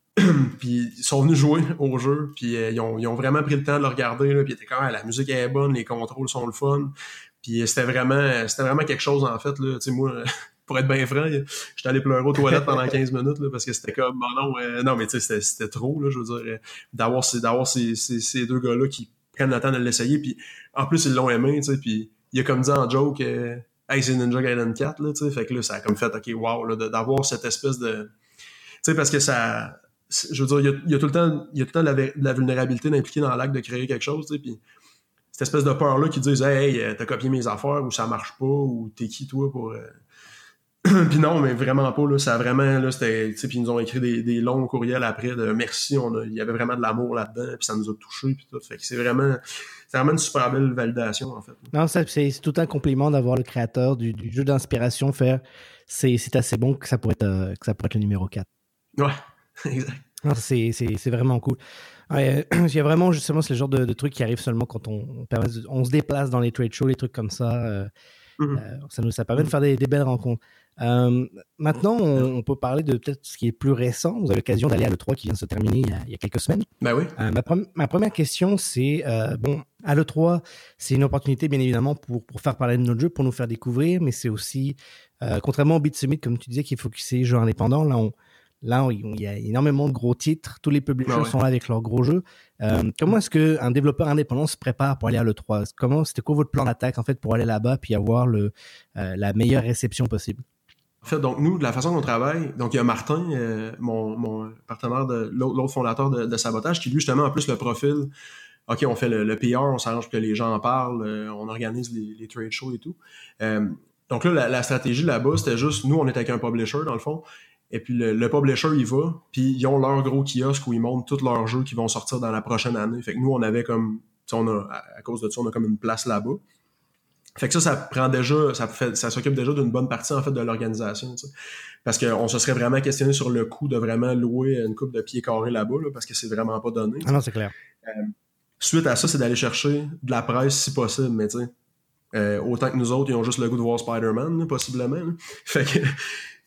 Puis ils sont venus jouer au jeu, puis euh, ils, ont, ils ont vraiment pris le temps de le regarder, là, puis ils étaient comme, ah, la musique est bonne, les contrôles sont le fun. Puis c'était vraiment, c'était vraiment quelque chose, en fait. Là. Tu sais, moi, pour être bien franc, j'étais allé pleurer aux toilettes pendant quinze minutes, là, parce que c'était comme, oh non, euh, non, mais tu sais, c'était, c'était trop, là, je veux dire, euh, d'avoir, ces, d'avoir ces, ces, ces deux gars-là qui prennent le temps de l'essayer, puis en plus, ils l'ont aimé, tu sais, puis il a comme dit en joke, euh, hey, c'est Ninja Gaiden quatre, là, tu sais, fait que là, ça a comme fait, ok, wow, là, d'avoir cette espèce de, tu sais, parce que ça, je veux dire, il y a, il y a tout le temps, il y a tout le temps de la, de la vulnérabilité d'impliquer dans l'acte de créer quelque chose, tu sais, puis cette espèce de peur-là qui disent, hey, hey, t'as copié mes affaires, ou ça marche pas, ou t'es qui, toi, pour... Euh... Puis non, mais vraiment pas, là, ça a vraiment, là, c'était, tu sais, puis ils nous ont écrit des, des longs courriels après de merci, on a, il y avait vraiment de l'amour là-dedans, puis ça nous a touchés, puis tout, fait que c'est vraiment, c'est vraiment une super belle validation, en fait. Non, ça, c'est, c'est tout un compliment d'avoir le créateur du, du jeu d'inspiration faire, c'est, c'est assez bon que ça pourrait être, euh, que ça pourrait être le numéro quatre. Ouais, exact. Non, c'est, c'est, c'est vraiment cool. Ouais, il y a vraiment, justement, c'est le genre de, de truc qui arrive seulement quand on, on, permet de, on se déplace dans les trade shows, les trucs comme ça, euh, mm-hmm. euh, ça nous ça permet de faire des, des belles rencontres. Euh, maintenant, on, on peut parler de peut-être ce qui est plus récent. Vous avez l'occasion d'aller à l'E trois qui vient de se terminer il y a, il y a quelques semaines. Ben oui. Euh, ma, pre- ma première question, c'est, euh, bon, à l'E trois, c'est une opportunité, bien évidemment, pour, pour faire parler de notre jeu, pour nous faire découvrir, mais c'est aussi, euh, contrairement au Beat Summit, comme tu disais, qui est focusé jeux indépendants, là, on, là, on, il y a énormément de gros titres. Tous les publishers ben ouais. sont là avec leurs gros jeux. Euh, comment est-ce qu'un développeur indépendant se prépare pour aller à l'E trois? Comment, c'était quoi votre plan d'attaque, en fait, pour aller là-bas puis avoir le, euh, la meilleure réception possible? En fait, donc nous, de la façon dont on travaille, donc il y a Martin, euh, mon, mon partenaire, de l'autre, l'autre fondateur de, de Sabotage, qui lui, justement, en plus le profil, OK, on fait le, le P R, on s'arrange pour que les gens en parlent, euh, on organise les, les trade shows et tout. Euh, donc là, la, la stratégie là-bas, c'était juste, nous, on est avec un publisher, dans le fond, et puis le, le publisher, il va, puis ils ont leur gros kiosque où ils montrent tous leurs jeux qui vont sortir dans la prochaine année. Fait que nous, on avait comme, tu sais, on a, à, à cause de ça, on a comme une place là-bas. Fait que ça, ça prend déjà, ça fait, ça s'occupe déjà d'une bonne partie, en fait, de l'organisation, tu sais. Parce qu'on se serait vraiment questionné sur le coût de vraiment louer une coupe de pieds carrés là-bas, là, parce que c'est vraiment pas donné. Ah non, c'est clair. Euh, suite à ça, c'est d'aller chercher de la presse si possible, mais tu sais, euh, autant que nous autres, ils ont juste le goût de voir Spider-Man, là, possiblement. Là. Fait que, tu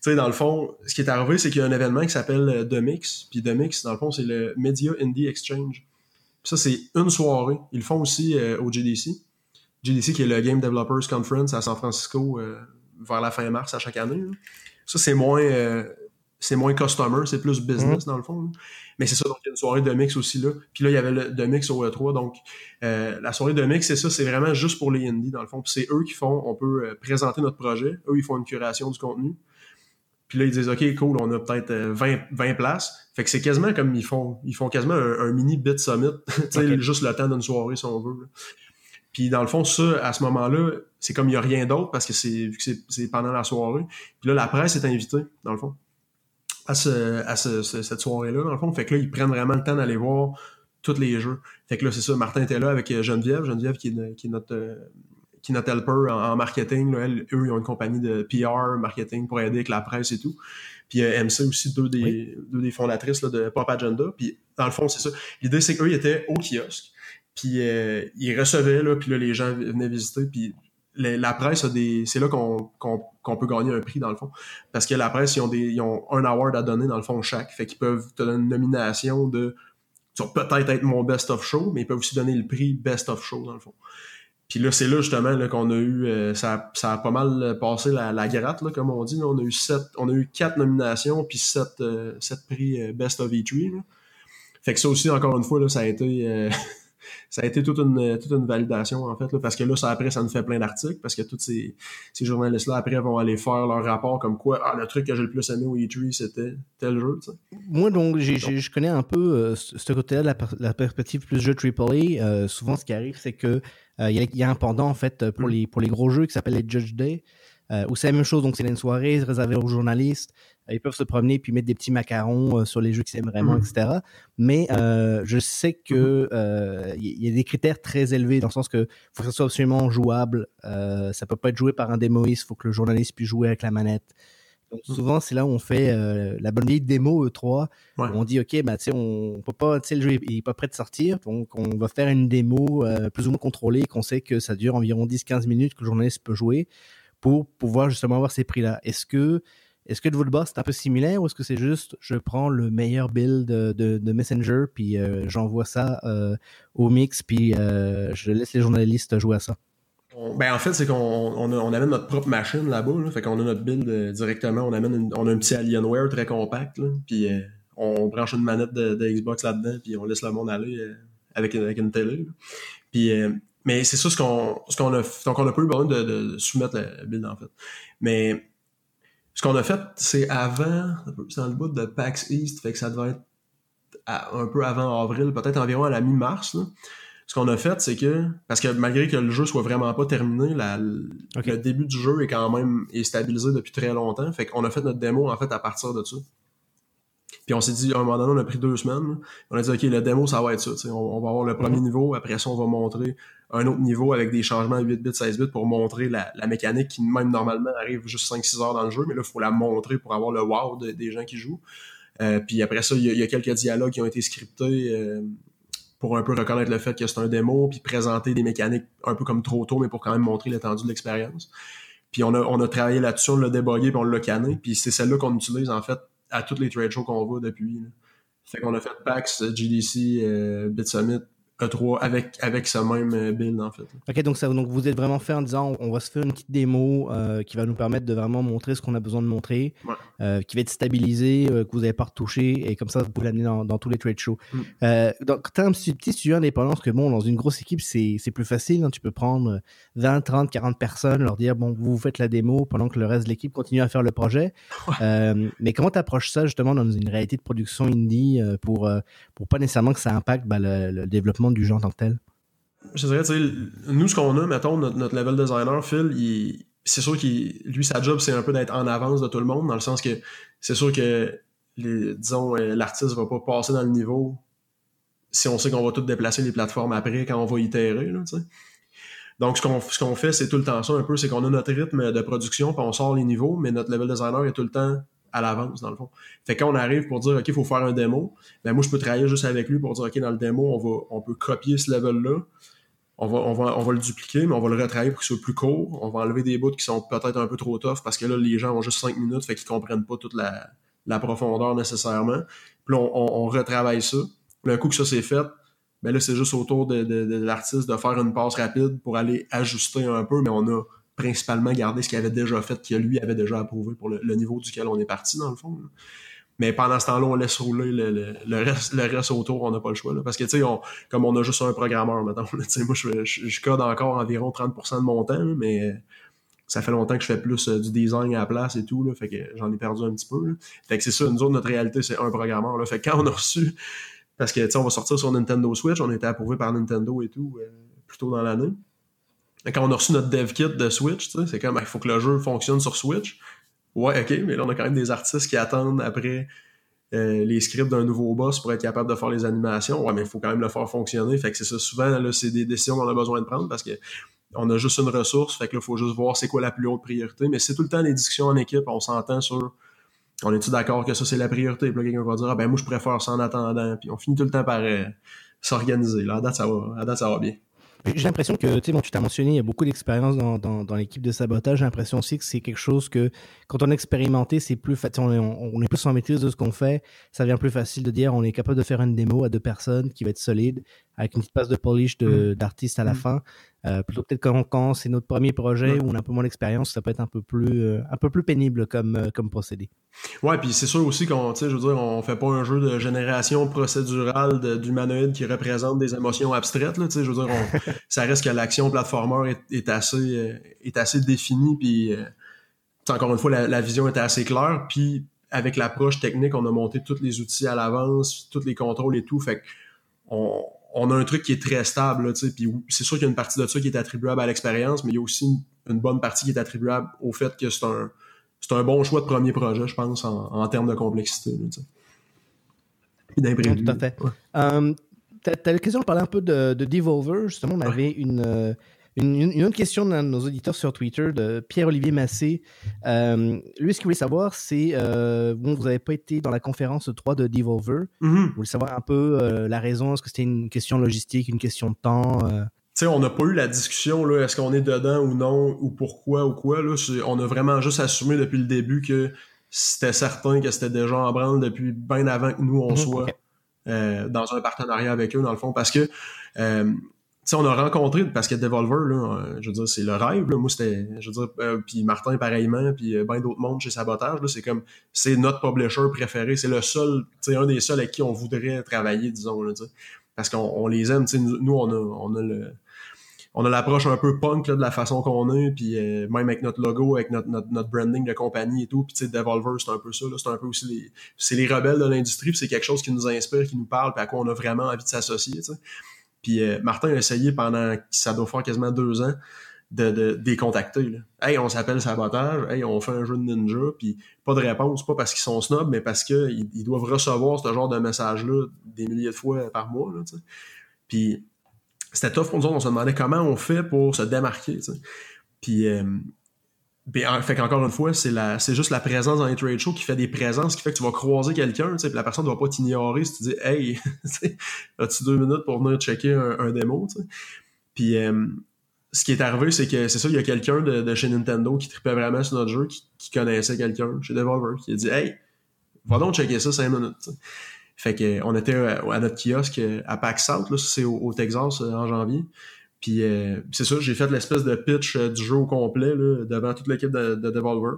sais, dans le fond, ce qui est arrivé, c'est qu'il y a un événement qui s'appelle The Mix. Puis The Mix, dans le fond, c'est le Media Indie Exchange. Puis ça, c'est une soirée. Ils le font aussi euh, au G D C. G D C, qui est le Game Developers Conference à San Francisco euh, vers la fin mars à chaque année. Là. Ça, c'est moins euh, c'est moins customer, c'est plus business, mmh. dans le fond. Là. Mais c'est ça, donc il y a une soirée de mix aussi là. Puis là, il y avait le de mix au E trois. Donc, euh, la soirée de mix, c'est ça, c'est vraiment juste pour les indies, dans le fond. Puis c'est eux qui font, on peut euh, présenter notre projet. Eux, ils font une curation du contenu. Puis là, ils disent, OK, cool, on a peut-être vingt, vingt places. Fait que c'est quasiment comme ils font, ils font quasiment un, un mini bit summit. tu sais, okay. Juste le temps d'une soirée, si on veut. Là. Puis dans le fond, ça, à ce moment-là, c'est comme il n'y a rien d'autre parce que c'est, vu que c'est, c'est pendant la soirée. Puis là, la presse est invitée, dans le fond, à, ce, à ce, ce, cette soirée-là, dans le fond. Fait que là, ils prennent vraiment le temps d'aller voir tous les jeux. Fait que là, c'est ça, Martin était là avec Geneviève, Geneviève qui est, qui est notre... Euh, qui est notre helper en, en marketing. Là. Elle, eux, ils ont une compagnie de P R, marketing, pour aider avec la presse et tout. Puis euh, M C aussi, deux des, oui. deux des fondatrices là, de Pop Agenda. Puis dans le fond, c'est ça. L'idée, c'est qu'eux, ils étaient au kiosque. Puis euh, ils recevaient, là, puis là, les gens venaient visiter. Puis les, la presse, a des, c'est là qu'on, qu'on, qu'on peut gagner un prix, dans le fond. Parce que la presse, ils ont, des, ils ont un award à donner, dans le fond, chaque. Fait qu'ils peuvent te donner une nomination de... Tu vas peut-être être mon best of show, mais ils peuvent aussi donner le prix best of show, dans le fond. Puis là, c'est là justement là, qu'on a eu, euh, ça, ça a pas mal passé la, la gratte, là, comme on dit. Là. On a eu sept, on a eu quatre nominations puis sept, euh, sept prix euh, Best of E trois. Là. Fait que ça aussi, encore une fois, là, ça a été, euh, ça a été toute une, toute une validation en fait, là, parce que là, ça après, ça nous fait plein d'articles, parce que tous ces, ces journalistes-là après vont aller faire leur rapport comme quoi, ah, le truc que j'ai le plus aimé au E trois, c'était tel jeu. T'sais. Moi, donc, j'ai, j'ai, je connais un peu euh, ce côté-là, la, la perspective plus jeu triple A. Euh, souvent, ce qui arrive, c'est que il euh, y, y a un pendant en fait pour les pour les gros jeux qui s'appelle les Judge Day, euh, où c'est la même chose. Donc, c'est une soirée réservée aux journalistes. Ils peuvent se promener puis mettre des petits macarons euh, sur les jeux qu'ils aiment vraiment, mmh. et cetera. Mais euh, je sais que euh, y, y a des critères très élevés dans le sens que faut que ça soit absolument jouable. Euh, ça peut pas être joué par un démoïste. Faut que le journaliste puisse jouer avec la manette. Donc, souvent, c'est là où on fait euh, la bonne vieille démo E trois. Ouais. Où on dit, OK, bah, tu sais, on peut pas, tu sais, le jeu il est pas prêt de sortir. Donc, on va faire une démo euh, plus ou moins contrôlée, qu'on sait que ça dure environ dix à quinze minutes, que le journaliste peut jouer pour pouvoir justement avoir ces prix-là. Est-ce que, est-ce que de votre bord, c'est un peu similaire ou est-ce que c'est juste, je prends le meilleur build de, de, de Messenger puis euh, j'envoie ça euh, au mix puis euh, je laisse les journalistes jouer à ça? Ben en fait, c'est qu'on on, a, on amène notre propre machine là-bas, là, fait qu'on a notre build euh, directement, on amène une, on a un petit Alienware très compact, là, puis euh, on branche une manette de, de Xbox là-dedans, puis on laisse le monde aller euh, avec, avec une télé. Là. Puis euh, mais c'est ça ce qu'on ce qu'on a donc on a pas eu besoin de, de soumettre le build en fait. Mais ce qu'on a fait, c'est avant, c'est dans le bout de PAX East, fait que ça devait être à, un peu avant avril, peut-être environ à la mi-mars, là. Ce qu'on a fait, c'est que, parce que malgré que le jeu soit vraiment pas terminé, la, okay. le début du jeu est quand même est stabilisé depuis très longtemps. Fait qu'on a fait notre démo, en fait, à partir de ça. Puis on s'est dit, à un moment donné, on a pris deux semaines. On a dit, OK, le démo, ça va être ça. On, on va avoir le premier mm-hmm. niveau. Après ça, on va montrer un autre niveau avec des changements huit bits, seize bits pour montrer la, la mécanique qui, même normalement, arrive juste cinq six heures dans le jeu. Mais là, il faut la montrer pour avoir le wow de, des gens qui jouent. Euh, puis après ça, il y, y a quelques dialogues qui ont été scriptés euh, pour un peu reconnaître le fait que c'est un démo, puis présenter des mécaniques un peu comme trop tôt, mais pour quand même montrer l'étendue de l'expérience. Puis on a, on a travaillé là-dessus, on l'a débugué, puis on l'a canné, puis c'est celle-là qu'on utilise, en fait, à toutes les trade shows qu'on voit depuis. Là. Fait qu'on a fait PAX, G D C, euh, Bit Summit, E trois, avec, avec ce même build, en fait. OK, donc, ça, donc vous êtes vraiment fait en disant, on va se faire une petite démo euh, qui va nous permettre de vraiment montrer ce qu'on a besoin de montrer, ouais. euh, qui va être stabilisé, euh, que vous n'avez pas retouché, et comme ça, vous pouvez l'amener dans, dans tous les trade shows. Mm. Euh, donc, quand tu as un petit, petit studio indépendant, parce que bon, dans une grosse équipe, c'est, c'est plus facile, hein, tu peux prendre vingt, trente, quarante personnes, leur dire, bon, vous, vous faites la démo pendant que le reste de l'équipe continue à faire le projet. Ouais. Euh, mais comment tu approches ça, justement, dans une réalité de production indie euh, pour, euh, pour pas nécessairement que ça impacte bah, le, le développement du jeu en tant que tel? Je dirais, tu sais, nous, ce qu'on a, mettons, notre, notre level designer, Phil, il, c'est sûr qu'il, lui, sa job, c'est un peu d'être en avance de tout le monde, dans le sens que c'est sûr que, les, disons, l'artiste va pas passer dans le niveau si on sait qu'on va tout déplacer les plateformes après, quand on va itérer, là, tu sais. Donc, ce qu'on, ce qu'on fait, c'est tout le temps ça, un peu, c'est qu'on a notre rythme de production, puis on sort les niveaux, mais notre level designer est tout le temps à l'avance, dans le fond. Fait que quand on arrive pour dire, OK, il faut faire un démo, ben moi, je peux travailler juste avec lui pour dire, OK, dans le démo, on va, on peut copier ce level-là, on va, on va, on va le dupliquer, mais on va le retravailler pour qu'il soit plus court. On va enlever des bouts qui sont peut-être un peu trop tough parce que là, les gens ont juste cinq minutes, fait qu'ils comprennent pas toute la, la profondeur nécessairement. Puis là, on, on, on retravaille ça. Puis un coup que ça c'est fait, ben là, c'est juste autour de, de, de l'artiste de faire une passe rapide pour aller ajuster un peu, mais on a principalement gardé ce qu'il avait déjà fait, que lui avait déjà approuvé pour le, le niveau duquel on est parti, dans le fond. Là. Mais pendant ce temps-là, on laisse rouler le, le, le, reste, le reste autour, on n'a pas le choix. Là. Parce que, tu sais, comme on a juste un programmeur, maintenant, moi, je, je, je code encore environ trente pour cent de mon temps, là, mais ça fait longtemps que je fais plus euh, du design à la place et tout, là, fait que j'en ai perdu un petit peu. Là. Fait que c'est ça, nous autres, notre réalité, c'est un programmeur. Là. Fait que quand on a reçu, parce que, tu sais, on va sortir sur Nintendo Switch, on a été approuvé par Nintendo et tout, euh, plus tôt dans l'année. Fait que quand on a reçu notre dev kit de Switch, tu sais, c'est comme, il faut que le jeu fonctionne sur Switch. Ouais, ok, mais là, on a quand même des artistes qui attendent après euh, les scripts d'un nouveau boss pour être capable de faire les animations. Ouais, mais il faut quand même le faire fonctionner. Fait que c'est ça, souvent, là, c'est des décisions qu'on a besoin de prendre parce que on a juste une ressource. Fait que là, il faut juste voir c'est quoi la plus haute priorité. Mais c'est tout le temps des discussions en équipe. On s'entend sur, on est-tu d'accord que ça, c'est la priorité? Puis là, quelqu'un va dire, ah ben, moi, je préfère ça en attendant. Puis on finit tout le temps par euh, s'organiser. Là, à date, ça va, à date, ça va bien. J'ai l'impression que, tu sais, bon, tu t'as mentionné, il y a beaucoup d'expérience dans, dans, dans l'équipe de sabotage. J'ai l'impression aussi que c'est quelque chose que, quand on a expérimenté, c'est plus facile, on est, on est plus en maîtrise de ce qu'on fait. Ça devient plus facile de dire, on est capable de faire une démo à deux personnes qui va être solide, avec une petite passe de polish de, mmh. d'artiste à la mmh. fin. Euh, plutôt peut-être quand, quand c'est notre premier projet mmh. où on a un peu moins d'expérience, ça peut être un peu plus, euh, un peu plus pénible comme, euh, comme procédé. Ouais, puis c'est sûr aussi qu'on, tu sais, je veux dire, on fait pas un jeu de génération procédurale de, d'humanoïdes qui représente des émotions abstraites, là, tu sais, je veux dire, on, ça reste que l'action platformer est, est assez, euh, est assez définie, puis euh, encore une fois, la, la vision était assez claire, puis avec l'approche technique, on a monté tous les outils à l'avance, tous les contrôles et tout, fait qu'on on a un truc qui est très stable, tu sais, puis c'est sûr qu'il y a une partie de ça qui est attribuable à l'expérience, mais il y a aussi une, une bonne partie qui est attribuable au fait que c'est un c'est un bon choix de premier projet, je pense, en, en termes de complexité. Là, tu sais. Et d'imprévu. Tout à fait. Ouais. Um, t'as, t'as l'occasion de parler un peu de, de Devolver. Justement, on ouais. avait une, une, une autre question de nos auditeurs sur Twitter de Pierre-Olivier Massé. Um, lui, ce qu'il voulait savoir, c'est, euh, bon, vous n'avez pas été dans la conférence trois de Devolver. Mm-hmm. Vous voulez savoir un peu euh, la raison. Est-ce que c'était une question logistique, une question de temps euh... Tu sais, on n'a pas eu la discussion, là, est-ce qu'on est dedans ou non, ou pourquoi ou quoi, là. C'est, on a vraiment juste assumé depuis le début que c'était certain que c'était déjà en branle depuis bien avant que nous, on soit okay. euh, dans un partenariat avec eux, dans le fond, parce que, euh, tu sais, on a rencontré, parce que Devolver, là, euh, je veux dire, c'est le rêve, là. Moi, c'était, je veux dire, euh, puis Martin, pareillement, puis euh, bien d'autres mondes chez Sabotage, là, c'est comme, c'est notre publisher préféré, c'est le seul, tu sais, un des seuls avec qui on voudrait travailler, disons, là, tu sais, parce qu'on on les aime, tu sais, nous, nous, on a, on a le... On a l'approche un peu punk là, de la façon qu'on est, puis euh, même avec notre logo, avec notre, notre, notre branding de compagnie et tout. Puis tu sais, Devolver, c'est un peu ça. Là, c'est un peu aussi les, c'est les rebelles de l'industrie, puis c'est quelque chose qui nous inspire, qui nous parle, puis à quoi on a vraiment envie de s'associer. Tu sais. Puis euh, Martin a essayé pendant, ça doit faire quasiment deux ans, de, de, de les contacter. Là. Hey, on s'appelle Sabotage, hey, on fait un jeu de ninja, puis pas de réponse, pas parce qu'ils sont snobs, mais parce qu'ils ils doivent recevoir ce genre de message-là des milliers de fois par mois. Là, tu sais. Puis c'était tough pour nous autres, on se demandait comment on fait pour se démarquer, tu sais. Puis, euh, ben, fait qu'encore une fois, c'est, la, c'est juste la présence dans les trade shows qui fait des présences, qui fait que tu vas croiser quelqu'un, tu sais, puis la personne ne va pas t'ignorer si tu dis « Hey, as-tu deux minutes pour venir checker un, un démo? » tu sais. Puis, euh, ce qui est arrivé, c'est que, c'est ça, il y a quelqu'un de, de chez Nintendo qui trippait vraiment sur notre jeu, qui, qui connaissait quelqu'un chez Devolver, qui a dit « Hey, va donc checker ça cinq minutes. » tu sais. Fait que on était à notre kiosque à PAX South, là, c'est au, au Texas en janvier. Puis euh, c'est ça, j'ai fait l'espèce de pitch du jeu au complet là, devant toute l'équipe de, de Devolver.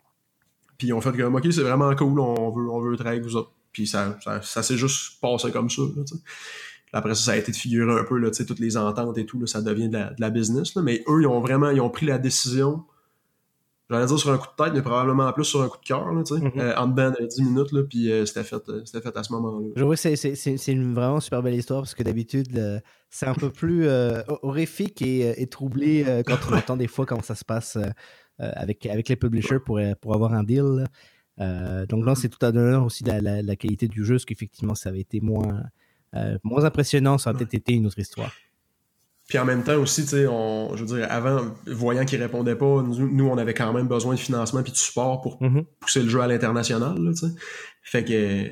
Puis on fait comme ok, c'est vraiment cool, on veut, on veut travailler avec vous autres. Puis ça, ça, ça s'est juste passé comme ça. Là, après ça, ça a été de figurer un peu là, toutes les ententes et tout, là, ça devient de la, de la business. Là. Mais eux, ils ont vraiment ils ont pris la décision. J'allais dire sur un coup de tête, mais probablement plus sur un coup de cœur, là, tu sais, mm-hmm. euh, en dedans de dix minutes, là, puis euh, c'était, fait, euh, c'était fait à ce moment-là. Je vois que c'est, c'est, c'est, c'est une vraiment super belle histoire, parce que d'habitude, euh, c'est un peu plus euh, horrifique et, et troublé euh, quand on entend des fois comment ça se passe euh, avec, avec les publishers pour, pour avoir un deal. Euh, donc là, c'est tout à l'honneur aussi de la, la, la qualité du jeu, parce qu'effectivement, ça avait été moins, euh, moins impressionnant, ça aurait peut-être été une autre histoire. Puis en même temps aussi, tu sais, on, je veux dire, avant, voyant qu'ils répondaient pas, nous, nous, on avait quand même besoin de financement puis de support pour mm-hmm. pousser le jeu à l'international, là, tu sais. Fait que,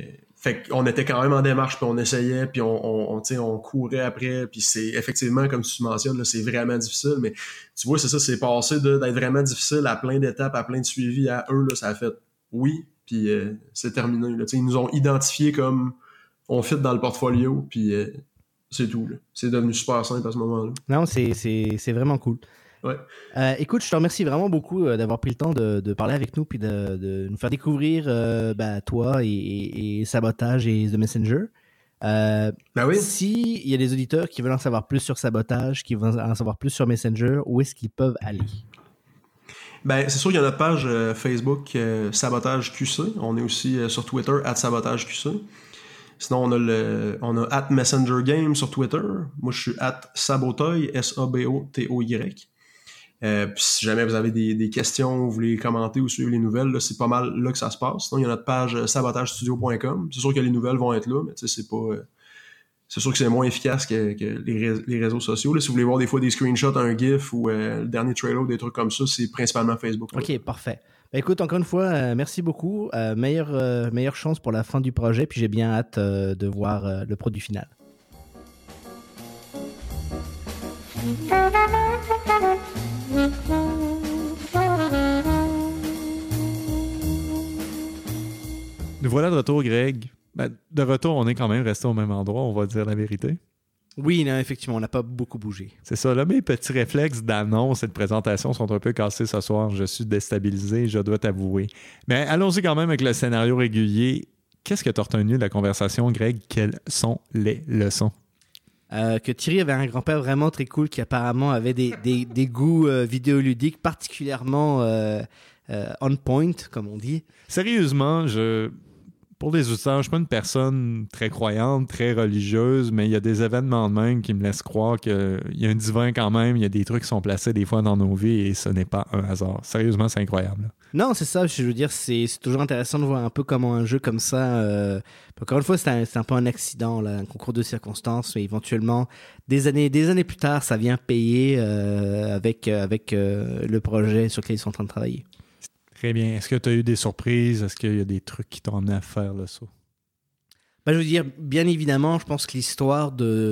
Fait qu'on était quand même en démarche, puis on essayait, puis on, on, on, tu sais, on courait après, puis c'est effectivement, comme tu mentionnes, là, c'est vraiment difficile, mais tu vois, c'est ça, c'est passé de, d'être vraiment difficile à plein d'étapes, à plein de suivis, à eux, là, ça a fait oui, puis euh, c'est terminé. Là. Ils nous ont identifié comme on fit dans le portfolio, puis euh, c'est tout. Là. C'est devenu super simple à ce moment-là. Non, c'est, c'est, c'est vraiment cool. Ouais. Euh, écoute, je te remercie vraiment beaucoup euh, d'avoir pris le temps de, de parler avec nous puis de, de nous faire découvrir euh, bah, toi et, et, et Sabotage et The Messenger. Euh, ben oui. S'il y a des auditeurs qui veulent en savoir plus sur Sabotage, qui veulent en savoir plus sur Messenger, où est-ce qu'ils peuvent aller? Ben, c'est sûr qu'il y a notre page euh, Facebook euh, Sabotage Q C. On est aussi euh, sur Twitter at Sabotage Q C. Sinon, on a le on a at Messenger Game sur Twitter. Moi, je suis at Sabotoy, S A B O T O Y. Euh, puis si jamais vous avez des, des questions, vous voulez commenter ou suivre les nouvelles, là, c'est pas mal là que ça se passe. Sinon, il y a notre page euh, sabotage studio point com. C'est sûr que les nouvelles vont être là, mais tu sais, c'est pas... Euh, c'est sûr que c'est moins efficace que, que les, ré- les réseaux sociaux. Là, si vous voulez voir des fois des screenshots, un GIF ou euh, le dernier trailer ou des trucs comme ça, c'est principalement Facebook. Ok, là. Parfait. Ben, écoute, encore une fois, euh, merci beaucoup. Euh, meilleure, euh, meilleure chance pour la fin du projet, puis j'ai bien hâte euh, de voir euh, le produit final. Nous voilà de retour, Greg. Ben, de retour, on est quand même resté au même endroit, on va dire la vérité. Oui, non, effectivement, on n'a pas beaucoup bougé. C'est ça. Là, mes petits réflexes d'annonce et de présentation sont un peu cassés ce soir. Je suis déstabilisé, je dois t'avouer. Mais allons-y quand même avec le scénario régulier. Qu'est-ce que tu as retenu de la conversation, Greg? Quelles sont les leçons? Euh, que Thierry avait un grand-père vraiment très cool qui apparemment avait des, des, des goûts euh, vidéoludiques particulièrement euh, euh, on point, comme on dit. Sérieusement, je... pour les auditeurs, je ne suis pas une personne très croyante, très religieuse, mais il y a des événements de même qui me laissent croire qu'il y a un divin quand même, il y a des trucs qui sont placés des fois dans nos vies et ce n'est pas un hasard. Sérieusement, c'est incroyable. Non, c'est ça, je veux dire, c'est, c'est toujours intéressant de voir un peu comment un jeu comme ça... Euh, encore une fois, c'est un, c'est un peu un accident, là, un concours de circonstances, mais éventuellement, des années, des années plus tard, ça vient payer euh, avec, avec euh, le projet sur lequel ils sont en train de travailler. Très bien. Est-ce que tu as eu des surprises? Est-ce qu'il y a des trucs qui t'ont amené à faire le saut? Ben, je veux dire, bien évidemment, je pense que l'histoire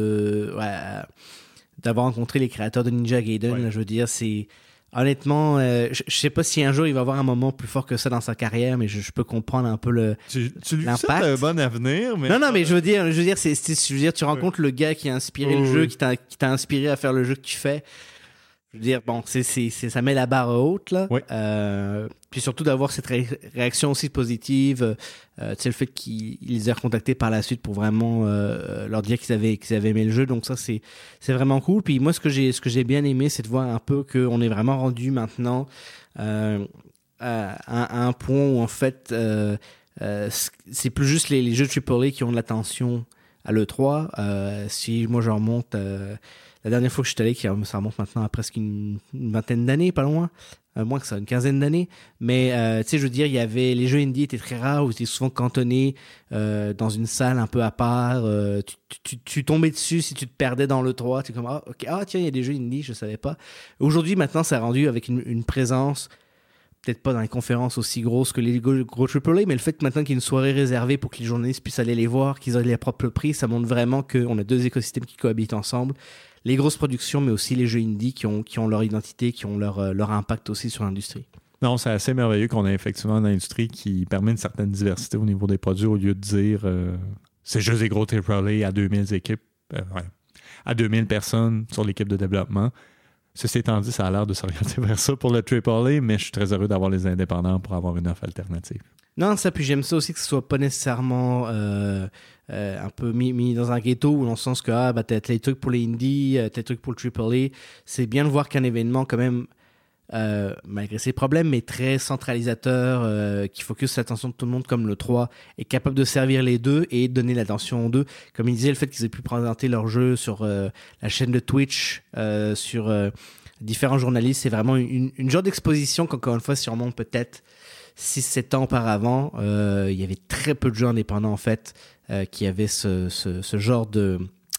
de ouais, d'avoir rencontré les créateurs de Ninja Gaiden, ouais. là, je veux dire, c'est... Honnêtement, euh, je, je sais pas si un jour il va avoir un moment plus fort que ça dans sa carrière, mais je, je peux comprendre un peu le tu, tu lui l'impact. C'est un bon avenir, mais non, non, mais je veux dire, je veux dire, c'est, c'est je veux dire, tu rencontres ouais. le gars qui a inspiré oh, le jeu, oui. qui t'a, qui t'a inspiré à faire le jeu que tu fais. Je veux dire, bon, c'est, c'est, c'est ça met la barre haute là. Oui. Euh, puis surtout d'avoir cette ré- réaction aussi positive, euh, tu sais le fait qu'ils les aient recontactés par la suite pour vraiment euh, leur dire qu'ils avaient qu'ils avaient aimé le jeu. Donc ça c'est c'est vraiment cool. Puis moi ce que j'ai ce que j'ai bien aimé, c'est de voir un peu qu'on est vraiment rendu maintenant euh, à, à un point où en fait euh, euh, c'est plus juste les, les jeux triple A qui ont de l'attention à l'E trois. Euh, si moi je remonte euh, la dernière fois que je suis allé, ça remonte maintenant à presque une, une vingtaine d'années, pas loin, euh, moins que ça, une quinzaine d'années. Mais euh, tu sais, je veux dire, il y avait les jeux indie étaient très rares, où tu étais souvent cantonné euh, dans une salle un peu à part. Euh, tu, tu, tu tombais dessus si tu te perdais dans l'E trois. Tu es comme ah ok ah tiens il y a des jeux indie, je savais pas. Aujourd'hui maintenant, ça a rendu avec une, une présence. Peut-être pas dans les conférences aussi grosses que les gros, gros triple A, mais le fait que maintenant qu'il y ait une soirée réservée pour que les journalistes puissent aller les voir, qu'ils aient leur propre prix, ça montre vraiment qu'on a deux écosystèmes qui cohabitent ensemble. Les grosses productions, mais aussi les jeux indie qui ont, qui ont leur identité, qui ont leur, leur impact aussi sur l'industrie. Non, c'est assez merveilleux qu'on ait effectivement une industrie qui permet une certaine diversité au niveau des produits, au lieu de dire euh, c'est juste des gros triple A à deux mille équipes, euh, ouais, à deux mille personnes sur l'équipe de développement. Ceci étant dit, ça a l'air de s'orienter vers ça pour le triple A, mais je suis très heureux d'avoir les indépendants pour avoir une offre alternative. Non, ça, puis j'aime ça aussi que ce soit pas nécessairement euh, euh, un peu mis, mis dans un ghetto, ou dans le sens que ah, bah, t'as les trucs pour les indies, t'as les trucs pour le triple A. C'est bien de voir qu'un événement, quand même, euh, malgré ses problèmes, mais très centralisateur, euh, qui focus l'attention de tout le monde comme le trois, est capable de servir les deux et donner l'attention aux deux. Comme il disait, le fait qu'ils aient pu présenter leur jeu sur euh, la chaîne de Twitch, euh, sur euh, différents journalistes, c'est vraiment une, une genre d'exposition qu'encore une fois, sûrement peut-être six sept ans auparavant, euh, il y avait très peu de jeux indépendants en fait euh, qui avaient ce, ce, ce genre de,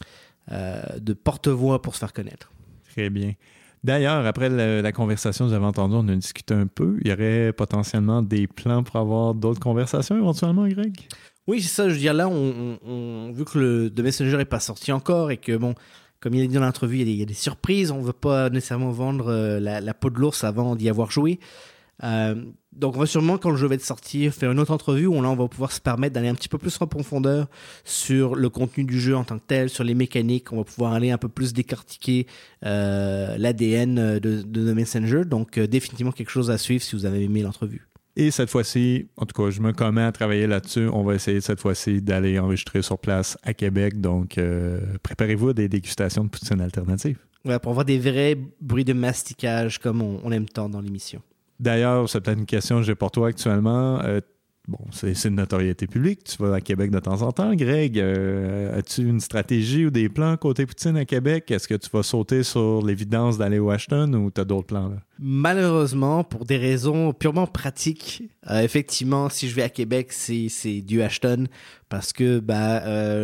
euh, de porte-voix pour se faire connaître. Très bien. D'ailleurs, après la, la conversation que vous avez entendue, on a discuté un peu. Il y aurait potentiellement des plans pour avoir d'autres conversations éventuellement, Greg? Oui, c'est ça. Je veux dire, là, on, on, on, vu que le The Messenger n'est pas sorti encore et que, bon, comme il a dit dans l'interview, il y a des, il y a des surprises. On ne veut pas nécessairement vendre euh, la, la peau de l'ours avant d'y avoir joué. Euh, donc, on va sûrement, quand le jeu va être sorti, faire une autre entrevue où là, on va pouvoir se permettre d'aller un petit peu plus en profondeur sur le contenu du jeu en tant que tel, sur les mécaniques. On va pouvoir aller un peu plus décortiquer euh, l'A D N de, de The Messenger. Donc, euh, définitivement quelque chose à suivre si vous avez aimé l'entrevue. Et cette fois-ci, en tout cas, je me commets à travailler là-dessus. On va essayer cette fois-ci d'aller enregistrer sur place à Québec. Donc, euh, préparez-vous à des dégustations de poutine alternatives. Ouais, pour avoir des vrais bruits de masticage comme on, on aime tant dans l'émission. D'ailleurs, c'est peut-être une question que j'ai pour toi actuellement. Euh, bon, c'est, c'est une notoriété publique. Tu vas à Québec de temps en temps. Greg, euh, as-tu une stratégie ou des plans côté poutine à Québec? Est-ce que tu vas sauter sur l'évidence d'aller au Ashton ou tu as d'autres plans là? Malheureusement, pour des raisons purement pratiques, euh, effectivement, si je vais à Québec, c'est, c'est du Ashton parce que bah,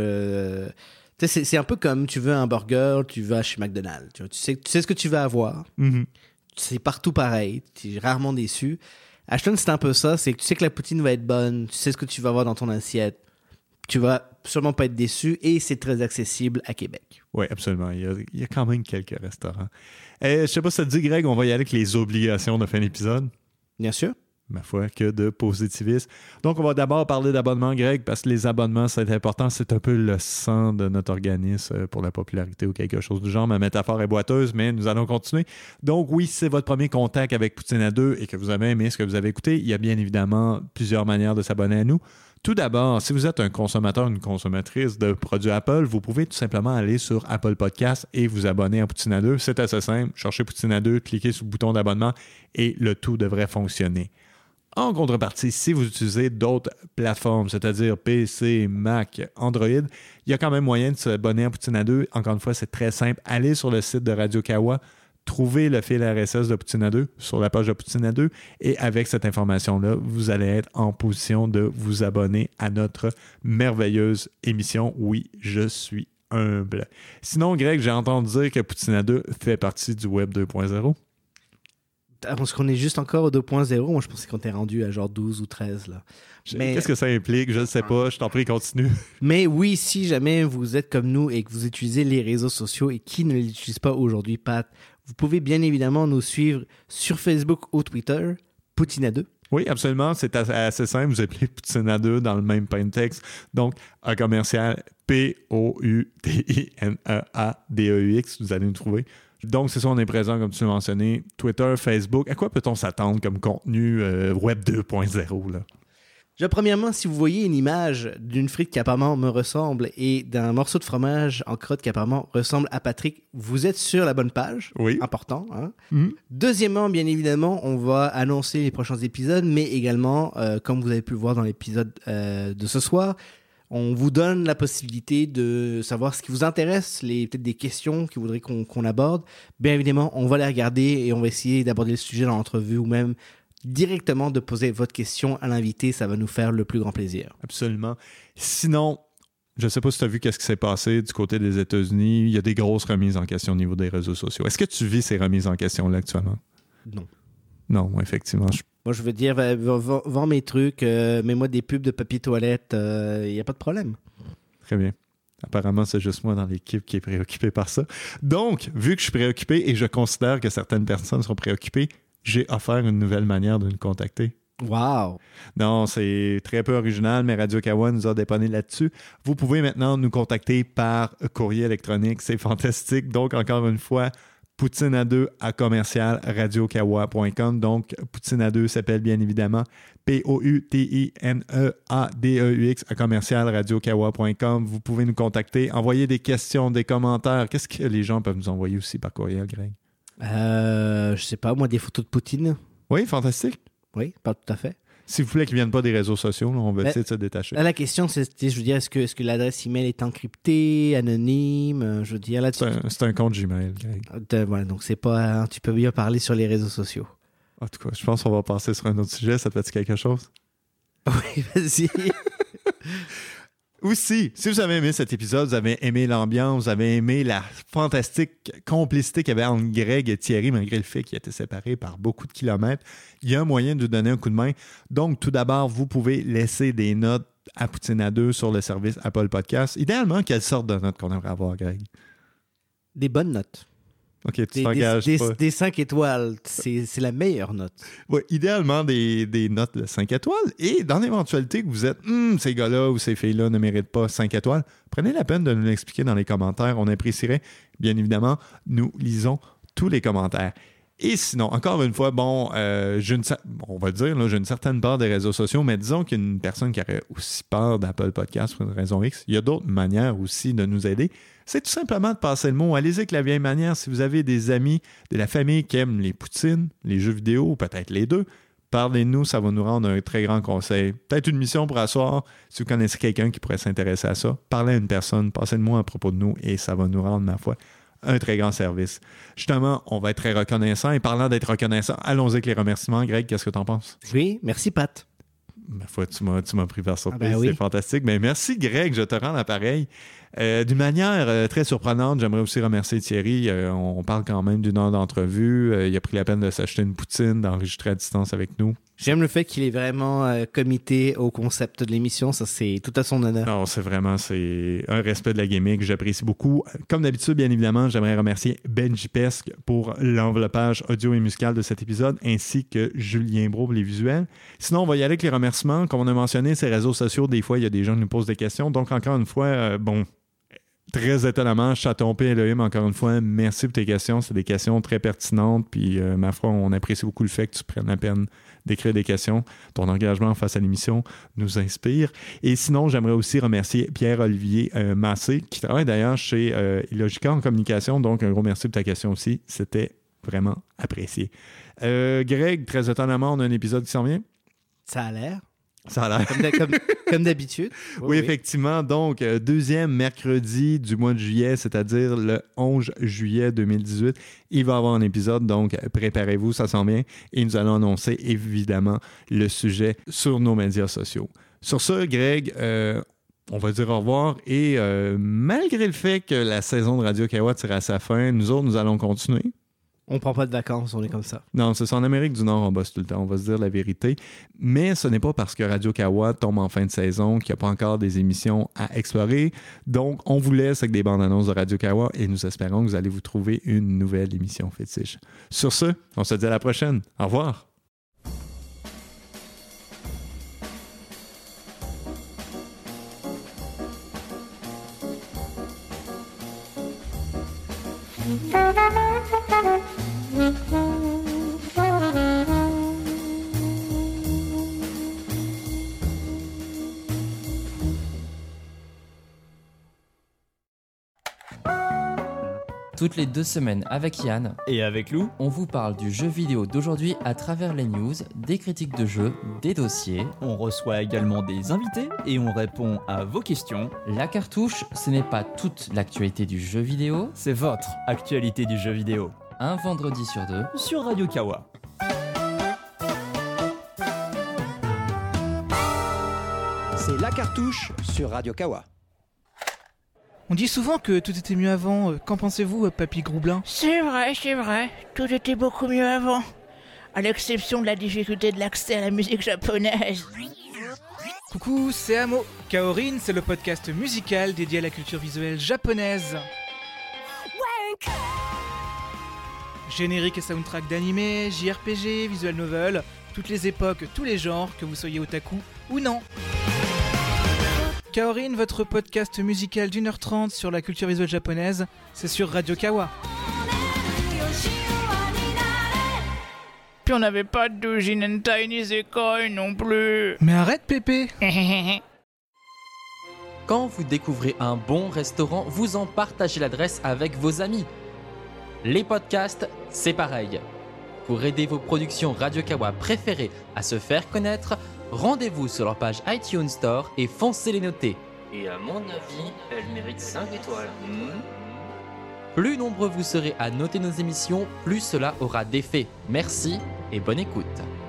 euh, c'est, c'est un peu comme tu veux un burger, tu vas chez McDonald's. Tu, vois, tu, sais, tu sais ce que tu vas avoir. Mm-hmm. C'est partout pareil. Tu es rarement déçu. Ashton, c'est un peu ça. C'est que tu sais que la poutine va être bonne. Tu sais ce que tu vas avoir dans ton assiette. Tu vas sûrement pas être déçu et c'est très accessible à Québec. Oui, absolument. Il y, a, il y a quand même quelques restaurants. Eh, je sais pas si ça te dit, Greg, on va y aller avec les obligations de fin d'épisode. Bien sûr. Ma foi, que de positivisme. Donc, on va d'abord parler d'abonnements, Greg, parce que les abonnements, c'est important. C'est un peu le sang de notre organisme pour la popularité ou quelque chose du genre. Ma métaphore est boiteuse, mais nous allons continuer. Donc, oui, si c'est votre premier contact avec Poutine à deux et que vous avez aimé ce que vous avez écouté, il y a bien évidemment plusieurs manières de s'abonner à nous. Tout d'abord, si vous êtes un consommateur ou une consommatrice de produits Apple, vous pouvez tout simplement aller sur Apple Podcasts et vous abonner à Poutine à deux. C'est assez simple. Cherchez Poutine à deux, cliquez sur le bouton d'abonnement et le tout devrait fonctionner. En contrepartie, si vous utilisez d'autres plateformes, c'est-à-dire P C, Mac, Android, il y a quand même moyen de s'abonner à Poutine à deux. Encore une fois, c'est très simple. Allez sur le site de Radio Kawa, trouvez le fil R S S de Poutine à deux sur la page de Poutine à deux et avec cette information-là, vous allez être en position de vous abonner à notre merveilleuse émission. Oui, je suis humble. Sinon, Greg, j'ai entendu dire que Poutine à deux fait partie du Web deux point zéro. Parce qu'on est juste encore au deux point zéro. Moi, je pensais qu'on était rendu à genre douze ou treize. Là. Mais... Qu'est-ce que ça implique? Je ne sais pas. Je t'en prie, continue. Mais oui, si jamais vous êtes comme nous et que vous utilisez les réseaux sociaux et qui ne les utilise pas aujourd'hui, Pat, vous pouvez bien évidemment nous suivre sur Facebook ou Twitter, Poutine à deux. Oui, absolument. C'est assez simple. Vous appelez Poutine à deux dans le même plain texte. Donc, un commercial P O U T I N E A D E U X. Vous allez nous trouver. Donc, c'est ça, on est présent, comme tu l'as mentionné. Twitter, Facebook. À quoi peut-on s'attendre comme contenu euh, Web deux point zéro, là? Déjà, premièrement, si vous voyez une image d'une frite qui apparemment me ressemble et d'un morceau de fromage en crotte qui apparemment ressemble à Patrick, vous êtes sur la bonne page. Oui. Important. Hein? Mm-hmm. Deuxièmement, bien évidemment, on va annoncer les prochains épisodes, mais également, euh, comme vous avez pu le voir dans l'épisode euh, de ce soir, on vous donne la possibilité de savoir ce qui vous intéresse, les, peut-être des questions que vous voudrez qu'on, qu'on aborde. Bien évidemment, on va les regarder et on va essayer d'aborder le sujet dans l'entrevue ou même directement de poser votre question à l'invité. Ça va nous faire le plus grand plaisir. Absolument. Sinon, je ne sais pas si tu as vu qu'est-ce qui s'est passé du côté des États-Unis. Il y a des grosses remises en question au niveau des réseaux sociaux. Est-ce que tu vis ces remises en question-là actuellement? Non. Non, effectivement. Je... Moi, je veux dire, vends mes trucs, euh, mets-moi des pubs de papier toilette, il euh, n'y a pas de problème. Très bien. Apparemment, c'est juste moi dans l'équipe qui est préoccupé par ça. Donc, vu que je suis préoccupé et je considère que certaines personnes sont préoccupées, j'ai offert une nouvelle manière de nous contacter. Wow! Non, c'est très peu original, mais Radio Kawa nous a dépanné là-dessus. Vous pouvez maintenant nous contacter par courrier électronique. C'est fantastique. Donc, encore une fois, Poutine à deux à commercial radio kawa point com. Donc, Poutine à deux s'appelle bien évidemment P O U T I N E A D E U X à commercial radio kawa point com. Vous pouvez nous contacter, envoyer des questions, des commentaires. Qu'est-ce que les gens peuvent nous envoyer aussi par courriel, Greg? Euh, je sais pas, moi, des photos de Poutine. Oui, fantastique. Oui, pas tout à fait. S'il vous plaît, qu'ils ne viennent pas des réseaux sociaux, là, on va essayer de se détacher. Là, la question, c'est, je veux dire, est-ce que, est-ce que l'adresse email est encryptée, anonyme? Je veux dire, là, c'est, un, c'est un compte Gmail, Greg. De, voilà, donc c'est pas, hein, tu peux bien parler sur les réseaux sociaux. En tout cas, je pense qu'on va passer sur un autre sujet. Ça te fait quelque chose? Oui, vas-y. Aussi, si vous avez aimé cet épisode, vous avez aimé l'ambiance, vous avez aimé la fantastique complicité qu'il y avait entre Greg et Thierry, malgré le fait qu'ils étaient séparés par beaucoup de kilomètres, il y a un moyen de vous donner un coup de main. Donc, tout d'abord, vous pouvez laisser des notes à Poutine à deux sur le service Apple Podcast. Idéalement, quelle sorte de notes qu'on aimerait avoir, Greg? Des bonnes notes. OK, tu Des, t'engages des, pas. des, des cinq étoiles, c'est, c'est la meilleure note. Ouais, idéalement, des, des notes de cinq étoiles. Et dans l'éventualité que vous êtes, hm, ces gars-là ou ces filles-là ne méritent pas cinq étoiles, prenez la peine de nous l'expliquer dans les commentaires. On apprécierait, bien évidemment. Nous lisons tous les commentaires. Et sinon, encore une fois, bon, euh, j'ai une, on va dire, là, j'ai une certaine part des réseaux sociaux, mais disons qu'une personne qui aurait aussi peur d'Apple Podcast pour une raison X, il y a d'autres manières aussi de nous aider. C'est tout simplement de passer le mot. Allez-y avec la vieille manière. Si vous avez des amis de la famille qui aiment les poutines, les jeux vidéo, ou peut-être les deux, parlez-nous, ça va nous rendre un très grand conseil. Peut-être une mission pour asseoir. Si vous connaissez quelqu'un qui pourrait s'intéresser à ça, parlez à une personne, passez le mot à propos de nous et ça va nous rendre, ma foi, un très grand service. Justement, on va être très reconnaissant. Et parlant d'être reconnaissant, allons-y avec les remerciements. Greg, qu'est-ce que tu en penses? Oui, merci Pat. Ma foi, tu m'as, tu m'as pris par surprise. Ah ben oui. C'est fantastique. Mais merci, Greg. Je te rends l'appareil. Euh, d'une manière euh, très surprenante, j'aimerais aussi remercier Thierry. Euh, on parle quand même d'une heure d'entrevue. Euh, il a pris la peine de s'acheter une poutine, d'enregistrer à distance avec nous. J'aime le fait qu'il est vraiment euh, comité au concept de l'émission. Ça, c'est tout à son honneur. Non, c'est vraiment c'est un respect de la gimmick. J'apprécie beaucoup. Comme d'habitude, bien évidemment, j'aimerais remercier Benji Pesque pour l'enveloppage audio et musical de cet épisode, ainsi que Julien Bro pour les visuels. Sinon, on va y aller avec les remerciements. Comme on a mentionné, ces réseaux sociaux, des fois, il y a des gens qui nous posent des questions. Donc, encore une fois, euh, bon... Très étonnamment, Chaton P. Elohim, encore une fois, merci pour tes questions. C'est des questions très pertinentes. Puis, euh, ma foi, on apprécie beaucoup le fait que tu prennes la peine d'écrire des questions. Ton engagement face à l'émission nous inspire. Et sinon, j'aimerais aussi remercier Pierre-Olivier euh, Massé, qui travaille d'ailleurs chez euh, Illogica en communication. Donc, un gros merci pour ta question aussi. C'était vraiment apprécié. Euh, Greg, très étonnamment, on a un épisode qui s'en vient. Ça a l'air. Ça a l'air. Comme, d'a- comme, comme d'habitude. Oui, oui, effectivement. Donc, euh, deuxième mercredi du mois de juillet, c'est-à-dire le onze juillet deux mille dix-huit, il va y avoir un épisode. Donc, préparez-vous, ça s'en vient. Et nous allons annoncer, évidemment, le sujet sur nos médias sociaux. Sur ce, Greg, euh, on va dire au revoir. Et euh, malgré le fait que la saison de Radio Kawa tire à sa fin, nous autres, nous allons continuer. On prend pas de vacances, on est comme ça. Non, c'est ça. En Amérique du Nord, on bosse tout le temps, on va se dire la vérité. Mais ce n'est pas parce que Radio Kawa tombe en fin de saison qu'il n'y a pas encore des émissions à explorer. Donc, on vous laisse avec des bandes annonces de Radio Kawa et nous espérons que vous allez vous trouver une nouvelle émission fétiche. Sur ce, on se dit à la prochaine. Au revoir. Toutes les deux semaines avec Yann et avec Lou, on vous parle du jeu vidéo d'aujourd'hui à travers les news, des critiques de jeux, des dossiers. On reçoit également des invités et on répond à vos questions. La cartouche, ce n'est pas toute l'actualité du jeu vidéo, c'est votre actualité du jeu vidéo. Un vendredi sur deux, sur Radio Kawa. C'est La Cartouche sur Radio Kawa. On dit souvent que tout était mieux avant. Qu'en pensez-vous, Papy Groublin ? C'est vrai, c'est vrai. Tout était beaucoup mieux avant. À l'exception de la difficulté de l'accès à la musique japonaise. Coucou, c'est Amo. Kaorin, c'est le podcast musical dédié à la culture visuelle japonaise. Générique et soundtrack d'anime, J R P G, visual novel, toutes les époques, tous les genres, que vous soyez otaku ou non. Kaorin, votre podcast musical d'une heure trente sur la culture visuelle japonaise, c'est sur Radio Kawa. Puis on n'avait pas de doujin hentai ni zekoi non plus. Mais arrête, Pépé. Quand vous découvrez un bon restaurant, vous en partagez l'adresse avec vos amis. Les podcasts, c'est pareil. Pour aider vos productions Radio Kawa préférées à se faire connaître, rendez-vous sur leur page iTunes Store et foncez les noter. Et à mon avis, elle mérite cinq étoiles. Mmh. Plus nombreux vous serez à noter nos émissions, plus cela aura d'effet. Merci et bonne écoute.